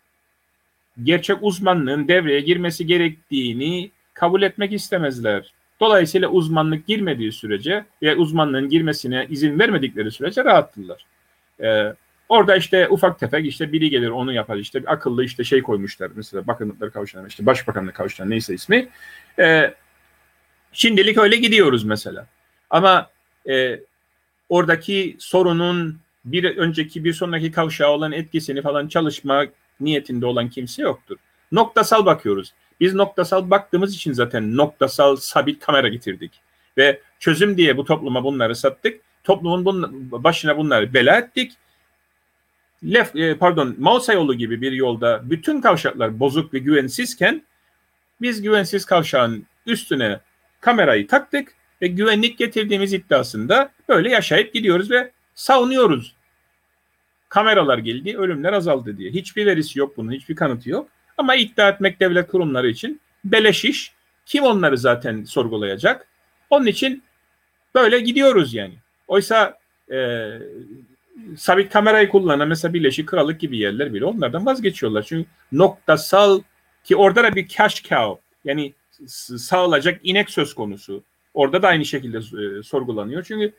gerçek uzmanlığın devreye girmesi gerektiğini kabul etmek istemezler. Dolayısıyla uzmanlık girmediği sürece ve uzmanlığın girmesine izin vermedikleri sürece rahattırlar. Ee, orada işte ufak tefek işte biri gelir onu yapar işte akıllı işte şey koymuşlar mesela bakanlıkları kavuşan işte başbakanlık kavuşan neyse ismi. Ee, şimdilik öyle gidiyoruz mesela. Ama e, oradaki sorunun bir önceki bir sonraki kavşağa olan etkisini falan çalışma niyetinde olan kimse yoktur. Noktasal bakıyoruz. Biz noktasal baktığımız için zaten noktasal sabit kamera getirdik. Ve çözüm diye bu topluma bunları sattık. Toplumun bunun, başına bunları bela ettik. Lef, pardon, Mausa yolu gibi bir yolda bütün kavşaklar bozuk ve güvensizken biz güvensiz kavşağın üstüne kamerayı taktık ve güvenlik getirdiğimiz iddiasında böyle yaşayıp gidiyoruz ve savunuyoruz. Kameralar geldi, ölümler azaldı diye. Hiçbir verisi yok bunun, hiçbir kanıtı yok. Ama iddia etmek devlet kurumları için beleş iş. Kim onları zaten sorgulayacak? Onun için böyle gidiyoruz yani. Oysa e, sabit kamerayı kullanan mesela Birleşik Krallık gibi yerler bile onlardan vazgeçiyorlar. Çünkü noktasal ki orada da bir cash cow yani sağlayacak inek söz konusu. Orada da aynı şekilde e, sorgulanıyor. Çünkü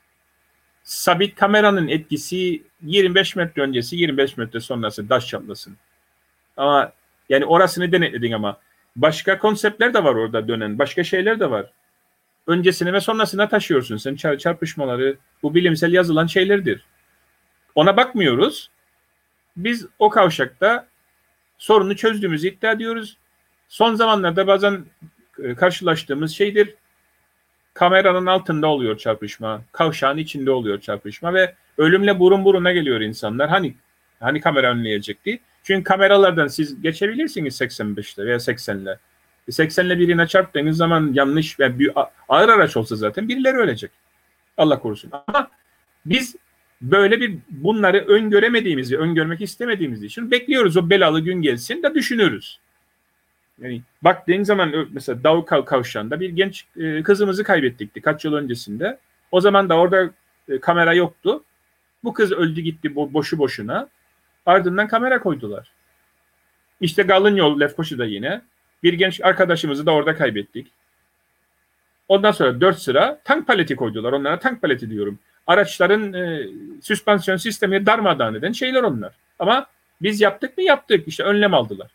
sabit kameranın etkisi yirmi beş metre öncesi yirmi beş metre sonrası taş çatlasın. Ama yani orasını denetledin ama başka konseptler de var orada dönen. Başka şeyler de var. Öncesine ve sonrasına taşıyorsun. Sen çarpışmaları bu bilimsel yazılan şeylerdir. Ona bakmıyoruz. Biz o kavşakta sorunu çözdüğümüzü iddia ediyoruz. Son zamanlarda bazen karşılaştığımız şeydir. Kameranın altında oluyor çarpışma. Kavşağın içinde oluyor çarpışma ve ölümle burun buruna geliyor insanlar. Hani hani kamera önleyecekti? Çünkü kameralardan siz geçebilirsiniz seksen beşte veya seksenle. seksenle birine çarptığınız zaman yanlış ve bir ağır araç olsa zaten birileri ölecek. Allah korusun. Ama biz böyle bir bunları öngöremediğimizi, öngörmek istemediğimiz için bekliyoruz o belalı gün gelsin de düşünürüz. Yani baktığın zaman mesela Dav Kavşağı'nda bir genç kızımızı kaybettik kaç yıl öncesinde. O zaman da orada kamera yoktu. Bu kız öldü gitti boşu boşuna. Ardından kamera koydular. İşte Galın Yol Lefkoşu'da yine. Bir genç arkadaşımızı da orada kaybettik. Ondan sonra dört sıra tank paleti koydular. Onlara tank paleti diyorum. Araçların e, süspansiyon sistemini darmadağın eden şeyler onlar. Ama biz yaptık mı yaptık. İşte önlem aldılar.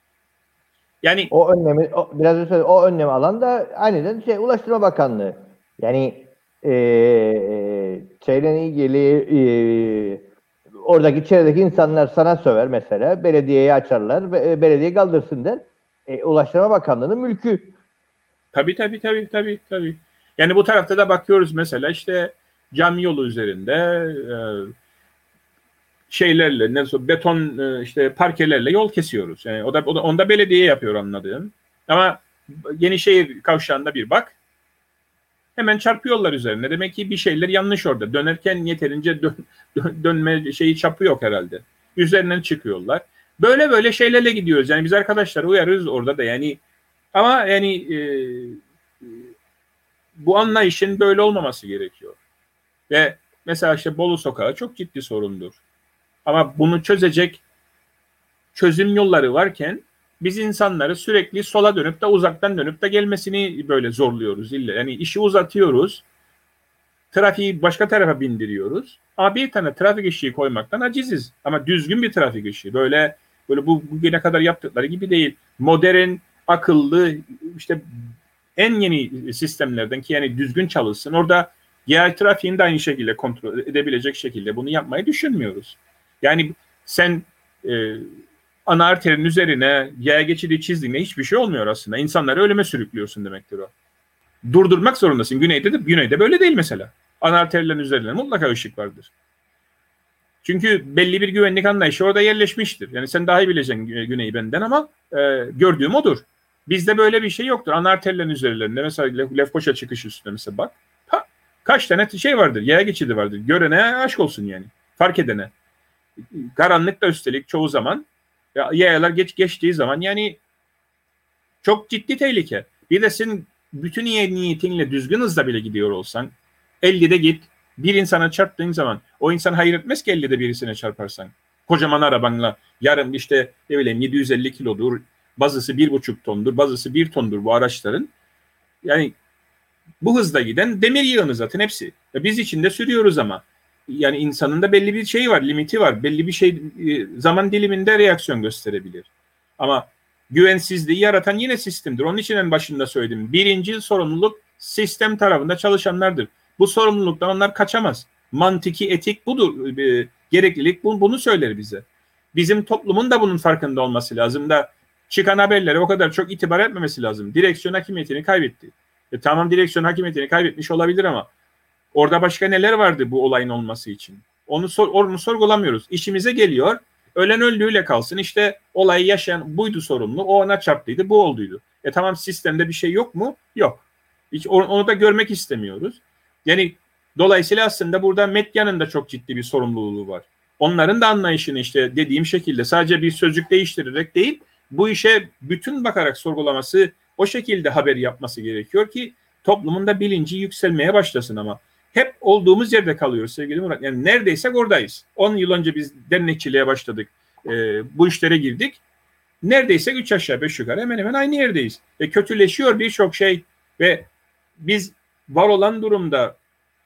Yani o önlemi o, biraz önce söyledim, o önlemi alan da aniden şey Ulaştırma Bakanlığı. Yani e, şeyle ilgili e, oradaki çevredeki insanlar sana söver mesela. Belediyeyi açarlar ve belediye kaldırsın der. E, Ulaştırma Bakanlığı'nın mülkü. Tabii tabii tabii tabii tabii. Yani bu tarafta da bakıyoruz mesela işte cam yolu üzerinde e, şeylerle nasıl beton e, işte parkelerle yol kesiyoruz. Yani o da, o da onda belediye yapıyor anladığım. Ama Yenişehir kavşağında bir bak. Hemen çarpıyorlar üzerine. Demek ki bir şeyler yanlış orada. Dönerken yeterince dön, dön, dönme şeyi çapı yok herhalde. Üzerinden çıkıyorlar. Böyle böyle şeylerle gidiyoruz. Yani biz arkadaşları uyarıyoruz orada da yani. Ama yani e, bu anlayışın böyle olmaması gerekiyor. Ve mesela işte Bolu Sokağı çok ciddi sorundur. Ama bunu çözecek çözüm yolları varken biz insanları sürekli sola dönüp de uzaktan dönüp de gelmesini böyle zorluyoruz. Yani işi uzatıyoruz. Trafiği başka tarafa bindiriyoruz. Ama bir tane trafik ışığı koymaktan aciziz. Ama düzgün bir trafik ışığı. Böyle böyle bu bugüne kadar yaptıkları gibi değil. Modern, akıllı, işte en yeni sistemlerden ki yani düzgün çalışsın. Orada yaya trafiğini de aynı şekilde kontrol edebilecek şekilde bunu yapmayı düşünmüyoruz. Yani sen e, ana arterin üzerine yaya geçidi çizdiğinde hiçbir şey olmuyor aslında. İnsanları ölüme sürüklüyorsun demektir o. Durdurmak zorundasın. Güneyde de güneyde böyle değil mesela. Ana arterlerin üzerinde mutlaka ışık vardır. Çünkü belli bir güvenlik anlayışı orada yerleşmiştir. Yani sen daha iyi bileceksin güneyi benden ama e, gördüğüm odur. Bizde böyle bir şey yoktur. Ana arterlerin üzerlerinde mesela Lefkoşa çıkış üstüne mesela bak. Ha, kaç tane şey vardır? Yaya geçidi vardır. Görene aşk olsun yani. Fark edene. Karanlıkta üstelik çoğu zaman yayalar geç geçtiği zaman yani çok ciddi tehlike. Bir de sen bütün iyi niyetinle düzgün hızla bile gidiyor olsan ellide git bir insana çarptığın zaman o insan hayır etmez ki ellide birisine çarparsan. Kocaman arabanla yarın işte ne bileyim yedi yüz elli kilodur, bazısı bir buçuk tondur, bazısı bir tondur bu araçların. Yani bu hızda giden demir yığını zaten hepsi. Biz içinde sürüyoruz ama yani insanın da belli bir şeyi var, limiti var. Belli bir şey zaman diliminde reaksiyon gösterebilir. Ama güvensizliği yaratan yine sistemdir. Onun için en başında söyledim. Birinci sorumluluk sistem tarafında çalışanlardır. Bu sorumluluktan onlar kaçamaz. Mantiki, etik budur. E, gereklilik bu, bunu söyler bize. Bizim toplumun da bunun farkında olması lazım da çıkan haberlere o kadar çok itibar etmemesi lazım. Direksiyon hakimiyetini kaybetti. E, tamam direksiyon hakimiyetini kaybetmiş olabilir ama orada başka neler vardı bu olayın olması için? Onu, sor, onu sorgulamıyoruz. İşimize geliyor. Ölen öldüğüyle kalsın. İşte olayı yaşayan buydu sorumlu. O ona çarptıydı. Bu olduydu. E tamam sistemde bir şey yok mu? Yok. Hiç onu da görmek istemiyoruz. Yani dolayısıyla aslında burada medyanın da çok ciddi bir sorumluluğu var. Onların da anlayışını işte dediğim şekilde sadece bir sözcük değiştirerek değil, bu işe bütün bakarak sorgulaması, o şekilde haber yapması gerekiyor ki toplumun da bilinci yükselmeye başlasın ama hep olduğumuz yerde kalıyoruz sevgili Murat. Yani neredeysek oradayız. on yıl önce biz dernekçiliğe başladık. E, bu işlere girdik. Neredeysek üç aşağı beş yukarı hemen hemen aynı yerdeyiz. Ve kötüleşiyor birçok şey ve biz var olan durumda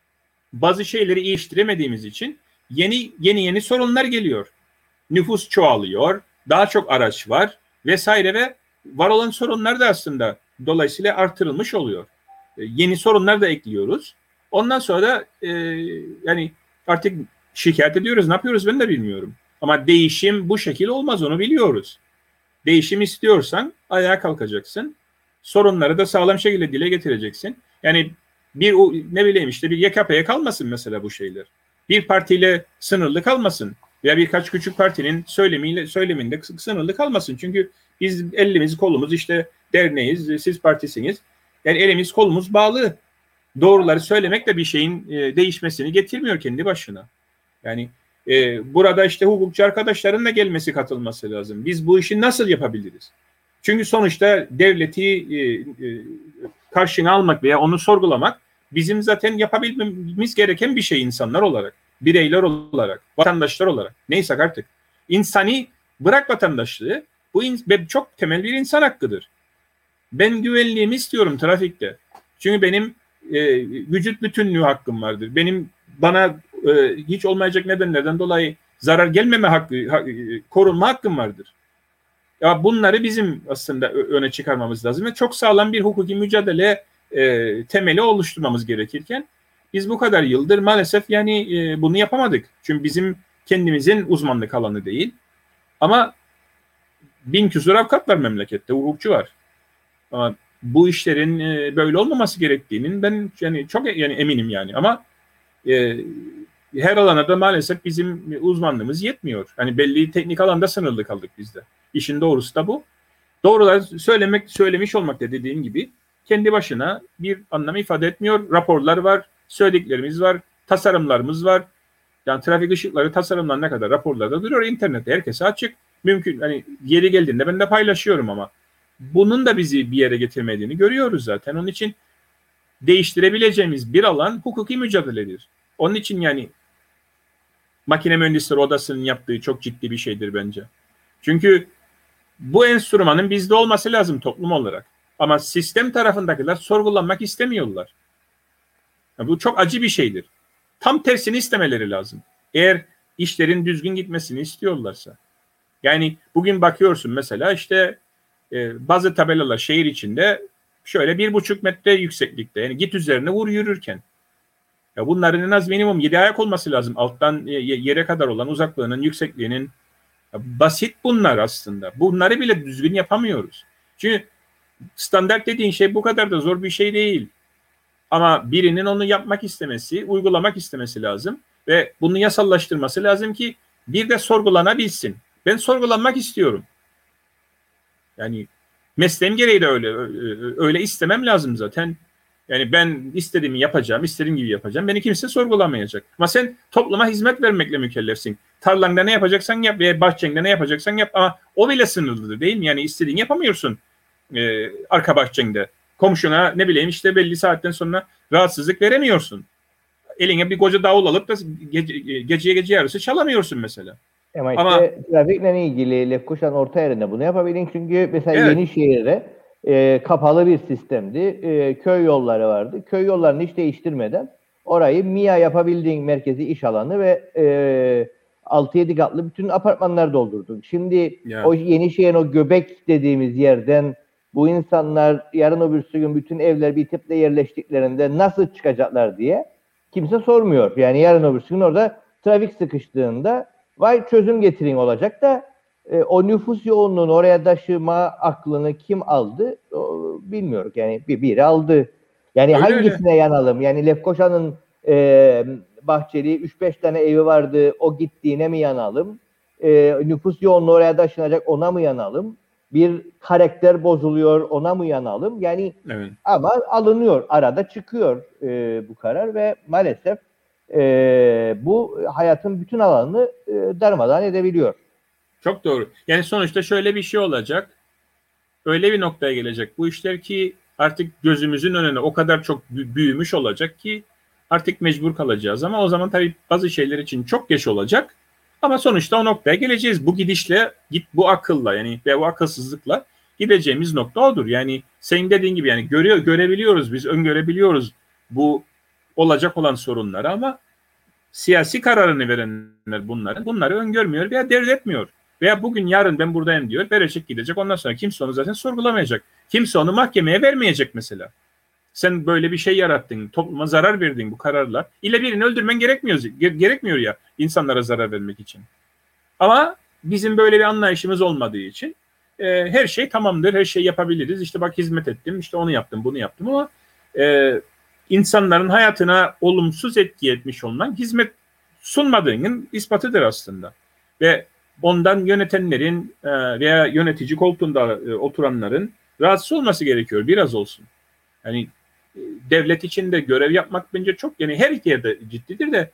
bazı şeyleri iyileştiremediğimiz için yeni yeni yeni sorunlar geliyor. Nüfus çoğalıyor, daha çok araç var vesaire ve var olan sorunlar da aslında dolayısıyla artırılmış oluyor. E, yeni sorunlar da ekliyoruz. Ondan sonra da e, yani artık şikayet ediyoruz. Ne yapıyoruz ben de bilmiyorum. Ama değişim bu şekilde olmaz, onu biliyoruz. Değişim istiyorsan ayağa kalkacaksın. Sorunları da sağlam şekilde dile getireceksin. Yani bir ne bileyim işte bir Y K P'ye kalmasın mesela bu şeyler. Bir partiyle sınırlı kalmasın. Veya birkaç küçük partinin söylemiyle söyleminde sınırlı kalmasın. Çünkü biz elimiz kolumuz işte derneğiz, siz partisiniz. Yani elimiz kolumuz bağlı. Doğruları söylemek de bir şeyin e, değişmesini getirmiyor kendi başına. Yani e, burada işte hukukçu arkadaşların da gelmesi, katılması lazım. Biz bu işi nasıl yapabiliriz? Çünkü sonuçta devleti e, e, karşına almak veya onu sorgulamak bizim zaten yapabilmemiz gereken bir şey insanlar olarak, bireyler olarak, vatandaşlar olarak. Neyse artık. İnsani bırak vatandaşlığı, bu in, çok temel bir insan hakkıdır. Ben güvenliğimi istiyorum trafikte. Çünkü benim e, vücut bütünlüğü hakkım vardır. Benim bana e, hiç olmayacak nedenlerden dolayı zarar gelmeme hakkı, ha, korunma hakkım vardır. Ya bunları bizim aslında öne çıkarmamız lazım ve çok sağlam bir hukuki mücadele e, temeli oluşturmamız gerekirken biz bu kadar yıldır maalesef yani e, bunu yapamadık. Çünkü bizim kendimizin uzmanlık alanı değil. Ama bin küsur avukat var memlekette, hukukçu var. Ama bu işlerin e, böyle olmaması gerektiğinin ben yani çok yani eminim yani. Ama e, her alana da maalesef bizim uzmanlığımız yetmiyor. Hani belli teknik alanda sınırlı kaldık biz de. İşin doğrusu da bu. Doğruları söylemek, söylemiş olmak da dediğim gibi kendi başına bir anlam ifade etmiyor. Raporlar var, söylediklerimiz var, tasarımlarımız var. Yani trafik ışıkları tasarımlarına kadar raporlarda duruyor. İnternette herkese açık. Mümkün hani yeri geldiğinde ben de paylaşıyorum ama bunun da bizi bir yere getirmediğini görüyoruz zaten. Onun için değiştirebileceğimiz bir alan hukuki mücadeledir. Onun için yani Makine Mühendisleri Odası'nın yaptığı çok ciddi bir şeydir bence. Çünkü bu enstrümanın bizde olması lazım toplum olarak. Ama sistem tarafındakiler sorgulanmak istemiyorlar. Yani bu çok acı bir şeydir. Tam tersini istemeleri lazım. Eğer işlerin düzgün gitmesini istiyorlarsa. Yani bugün bakıyorsun mesela işte e, bazı tabelalar şehir içinde şöyle bir buçuk metre yükseklikte. Yani git üzerine vur yürürken. Ya bunların en az minimum yedi ayak olması lazım. Alttan yere kadar olan uzaklığının, yüksekliğinin. Ya basit bunlar aslında. Bunları bile düzgün yapamıyoruz. Çünkü standart dediğin şey bu kadar da zor bir şey değil. Ama birinin onu yapmak istemesi, uygulamak istemesi lazım. Ve bunu yasallaştırması lazım ki bir de sorgulanabilsin. Ben sorgulanmak istiyorum. Yani mesleğim gereği de öyle. Öyle istemem lazım zaten. Yani ben istediğimi yapacağım, istediğim gibi yapacağım. Beni kimse sorgulamayacak. Ama sen topluma hizmet vermekle mükellefsin. Tarlanda ne yapacaksan yap veya bahçende ne yapacaksan yap ama o bile sınırlıdır değil mi? Yani istediğini yapamıyorsun ee, arka bahçende. Komşuna ne bileyim işte belli saatten sonra rahatsızlık veremiyorsun. Eline bir koca davul alıp da gece, geceye gece yarısı çalamıyorsun mesela. Ama işte Ama, trafikle ilgili Lefkoşa'nın orta yerinde bunu yapabilin. Çünkü mesela evet. Yenişehir'de e, kapalı bir sistemdi. E, köy yolları vardı. Köy yollarını hiç değiştirmeden orayı MİA yapabildiğin merkezi iş alanı ve e, altı yedi katlı bütün apartmanlar doldurduk. Şimdi Ya. o Yenişehir'in o göbek dediğimiz yerden bu insanlar yarın öbürsü gün bütün evler bitip de yerleştiklerinde nasıl çıkacaklar diye kimse sormuyor. Yani yarın öbürsü gün orada trafik sıkıştığında vay çözüm getirin olacak da e, o nüfus yoğunluğunu oraya taşıma aklını kim aldı o, bilmiyoruz. Yani bir biri aldı. Yani Öyle hangisine öyle. yanalım? Yani Lefkoşa'nın e, Bahçeli üç beş tane evi vardı. O gittiğine mi yanalım? E, nüfus yoğunluğu oraya taşınacak ona mı yanalım? Bir karakter bozuluyor ona mı yanalım? Yani Evet. ama alınıyor. Arada çıkıyor e, bu karar ve maalesef e, bu hayatın bütün alanını e, darmadağın edebiliyor. Çok doğru. Yani sonuçta şöyle bir şey olacak. Öyle bir noktaya gelecek bu işler ki artık gözümüzün önüne o kadar çok büyümüş olacak ki artık mecbur kalacağız. Ama o zaman tabii bazı şeyler için çok geç olacak. Ama sonuçta o noktaya geleceğiz. Bu gidişle, git bu akılla yani ve bu akılsızlıkla gideceğimiz nokta odur. Yani senin dediğin gibi yani görüyor, görebiliyoruz biz, öngörebiliyoruz bu olacak olan sorunları ama siyasi kararını verenler bunların bunları öngörmüyor veya devretmiyor. Veya bugün yarın ben buradayım diyor, verecek gidecek. Ondan sonra kimse onu zaten sorgulamayacak. Kimse onu mahkemeye vermeyecek mesela. Sen böyle bir şey yarattın, topluma zarar verdin bu kararla. İlle birini öldürmen gerekmiyor, gerekmiyor ya insanlara zarar vermek için. Ama bizim böyle bir anlayışımız olmadığı için e, her şey tamamdır, her şey yapabiliriz. İşte bak hizmet ettim, işte onu yaptım, bunu yaptım ama e, insanların hayatına olumsuz etki etmiş olman hizmet sunmadığının ispatıdır aslında. Ve ondan yönetenlerin e, veya yönetici koltuğunda e, oturanların rahatsız olması gerekiyor biraz olsun. Yani e, devlet içinde görev yapmak bence çok yani her iki yerde ciddidir de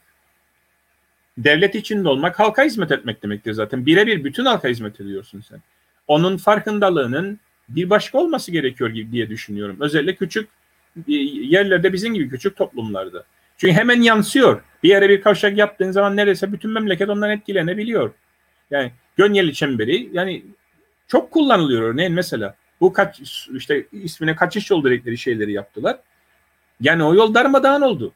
devlet içinde olmak halka hizmet etmek demektir zaten. Birebir bütün halka hizmet ediyorsun sen. Onun farkındalığının bir başka olması gerekiyor diye düşünüyorum. Özellikle küçük yerlerde bizim gibi küçük toplumlarda. Çünkü hemen yansıyor. Bir yere bir kavşak yaptığın zaman neredeyse bütün memleket ondan etkilenebiliyor. Yani Gönyeli çemberi yani çok kullanılıyor örneğin mesela. Bu kaç işte ismine kaçış yol dedikleri şeyleri yaptılar. Yani o yol darmadağın oldu.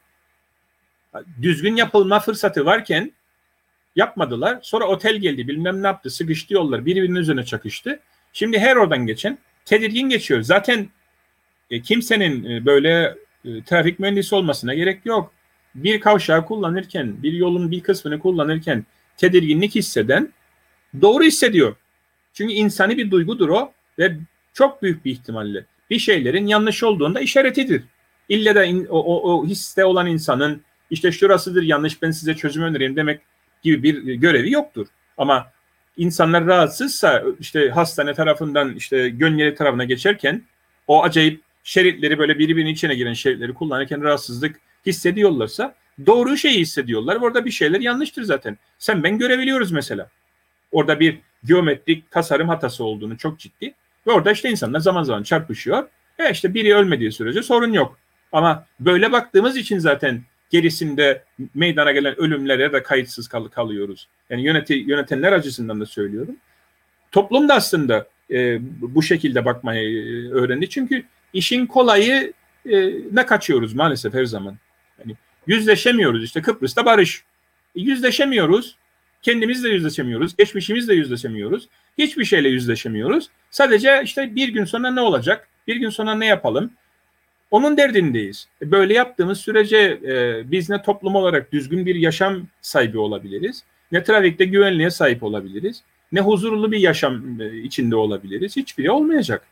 Düzgün yapılma fırsatı varken yapmadılar. Sonra otel geldi bilmem ne yaptı. Sıkıştı yollar. Birbirinin üzerine çakıştı. Şimdi her oradan geçen tedirgin geçiyor. Zaten e, kimsenin e, böyle e, trafik mühendisi olmasına gerek yok. Bir kavşağı kullanırken, bir yolun bir kısmını kullanırken tedirginlik hisseden doğru hissediyor. Çünkü insani bir duygudur o ve çok büyük bir ihtimalle bir şeylerin yanlış olduğunda işaretidir. İlle de in, o, o, o hisse olan insanın işte şurasıdır yanlış ben size çözüm önereyim demek gibi bir görevi yoktur. Ama insanlar rahatsızsa işte hastane tarafından işte Gönyeli tarafına geçerken o acayip şeritleri böyle birbirinin içine giren şeritleri kullanırken rahatsızlık hissediyorlarsa doğru şeyi hissediyorlar. Orada bir şeyler yanlıştır zaten. Sen ben görebiliyoruz mesela. Orada bir geometrik tasarım hatası olduğunu çok ciddi. Ve orada işte insanlar zaman zaman çarpışıyor. E işte biri ölmediği sürece sorun yok. Ama böyle baktığımız için zaten gerisinde meydana gelen ölümlere de kayıtsız kal- kalıyoruz. Yani yöneti, yönetenler açısından da söylüyorum. Toplum da aslında e, bu şekilde bakmayı e, öğrendi. Çünkü işin kolayı e, ne kaçıyoruz maalesef her zaman. Yani yüzleşemiyoruz işte Kıbrıs'ta barış. E, yüzleşemiyoruz. Kendimizle yüzleşemiyoruz. Geçmişimizle yüzleşemiyoruz. Hiçbir şeyle yüzleşemiyoruz. Sadece işte bir gün sonra ne olacak? Bir gün sonra ne yapalım? Onun derdindeyiz. Böyle yaptığımız sürece e, biz ne toplum olarak düzgün bir yaşam sahibi olabiliriz, ne trafikte güvenliğe sahip olabiliriz, ne huzurlu bir yaşam e, içinde olabiliriz. Hiçbiri olmayacak.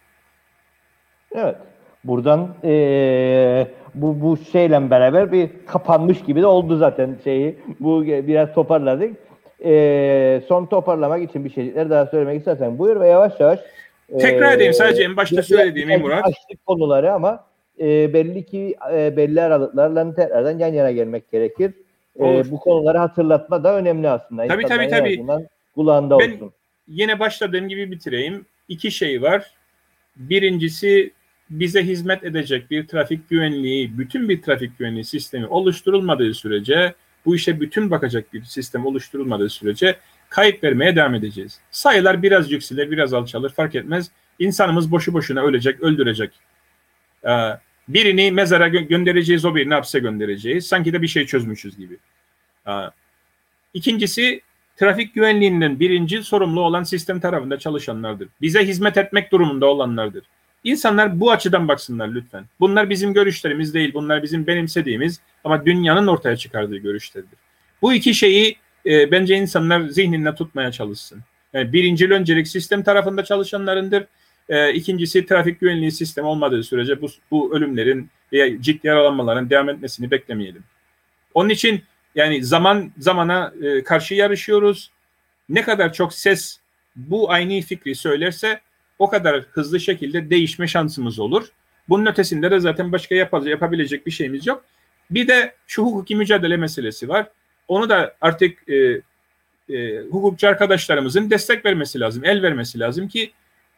Evet. Buradan eee, bu bu şeyle beraber bir kapanmış gibi de oldu zaten şeyi. Bu biraz toparladık. Eee, son toparlamak için bir şeyler daha söylemek istersen buyur ve yavaş yavaş Tekrar edeyim sadece en eee, başta biraz- söylediğimi biraz Murat. açtık konuları ama eee, belli ki eee, belli aralıklarla tekrardan yan yana gelmek gerekir. Eee, Olur. bu konuları hatırlatma da önemli aslında. Tabii, İnsanların tabii, en tabii. azından kulağında Ben- olsun. Yine başladığım gibi bitireyim. İki şey var. Birincisi, bize hizmet edecek bir trafik güvenliği, bütün bir trafik güvenliği sistemi oluşturulmadığı sürece, bu işe bütün bakacak bir sistem oluşturulmadığı sürece kayıp vermeye devam edeceğiz. Sayılar biraz yükselir, biraz alçalır, fark etmez. İnsanımız boşu boşuna ölecek, öldürecek. Ee, birini mezara gö- göndereceğiz, o birini hapse göndereceğiz. Sanki de bir şey çözmüşüz gibi. Ee, İkincisi, trafik güvenliğinden birinci sorumlu olan sistem tarafında çalışanlardır. Bize hizmet etmek durumunda olanlardır. İnsanlar bu açıdan baksınlar lütfen. Bunlar bizim görüşlerimiz değil, bunlar bizim benimsediğimiz ama dünyanın ortaya çıkardığı görüşlerdir. Bu iki şeyi e, bence insanlar zihninde tutmaya çalışsın. Yani birincil öncelik sistem tarafında çalışanlarındır. E, ikincisi, trafik güvenliği sistemi olmadığı sürece bu, bu ölümlerin veya ciddi yaralanmaların devam etmesini beklemeyelim. Onun için yani zaman zamana e, karşı yarışıyoruz. Ne kadar çok ses bu aynı fikri söylerse o kadar hızlı şekilde değişme şansımız olur. Bunun ötesinde de zaten başka yap- yapabilecek bir şeyimiz yok. Bir de şu hukuki mücadele meselesi var. Onu da artık e, e, hukukçu arkadaşlarımızın destek vermesi lazım, el vermesi lazım ki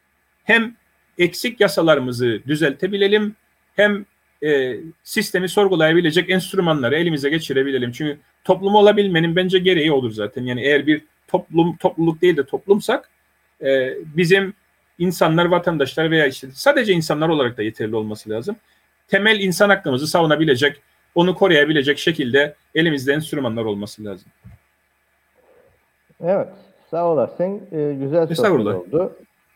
hem eksik yasalarımızı düzeltebilelim, hem e, sistemi sorgulayabilecek enstrümanları elimize geçirebilelim. Çünkü toplum olabilmenin bence gereği olur zaten. Yani eğer bir toplum topluluk değil de toplumsak e, bizim insanlar, vatandaşlar veya işte sadece insanlar olarak da yeterli olması lazım. Temel insan haklarımızı savunabilecek, onu koruyabilecek şekilde elimizde enstrümanlar olması lazım. Evet. Sağ olasın. Ee, güzel sohbet Estağfurullah. oldu.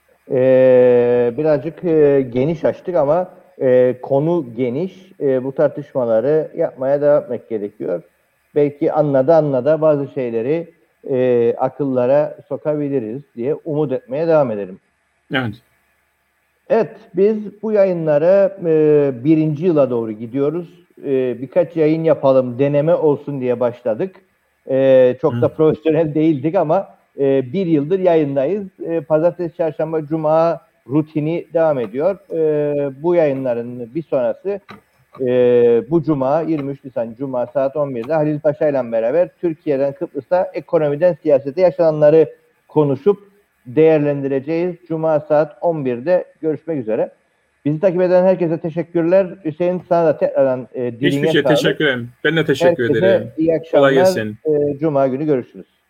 Ee, birazcık e, geniş açtık ama e, konu geniş. E, bu tartışmaları yapmaya devam etmek gerekiyor. Belki anlada anlada bazı şeyleri e, akıllara sokabiliriz diye umut etmeye devam edelim. Evet. Evet, biz bu yayınlara e, birinci yıla doğru gidiyoruz. E, birkaç yayın yapalım, deneme olsun diye başladık. E, çok da Hı. profesyonel değildik ama e, bir yıldır yayındayız. E, Pazartesi, Çarşamba, Cuma rutini devam ediyor. E, bu yayınların bir sonrası e, bu Cuma, yirmi üç Nisan Cuma saat on birde Halil Paşa ile beraber Türkiye'den Kıbrıs'a, ekonomiden siyasete yaşananları konuşup değerlendireceğiz. Cuma saat on birde görüşmek üzere. Bizi takip eden herkese teşekkürler. Hüseyin, sana da tekrardan e, diline Hiçbir şey sağlık. teşekkür ederim. Ben de teşekkür Herkese ederim. iyi Kolay akşamlar. gelsin. E, Cuma günü görüşürüz.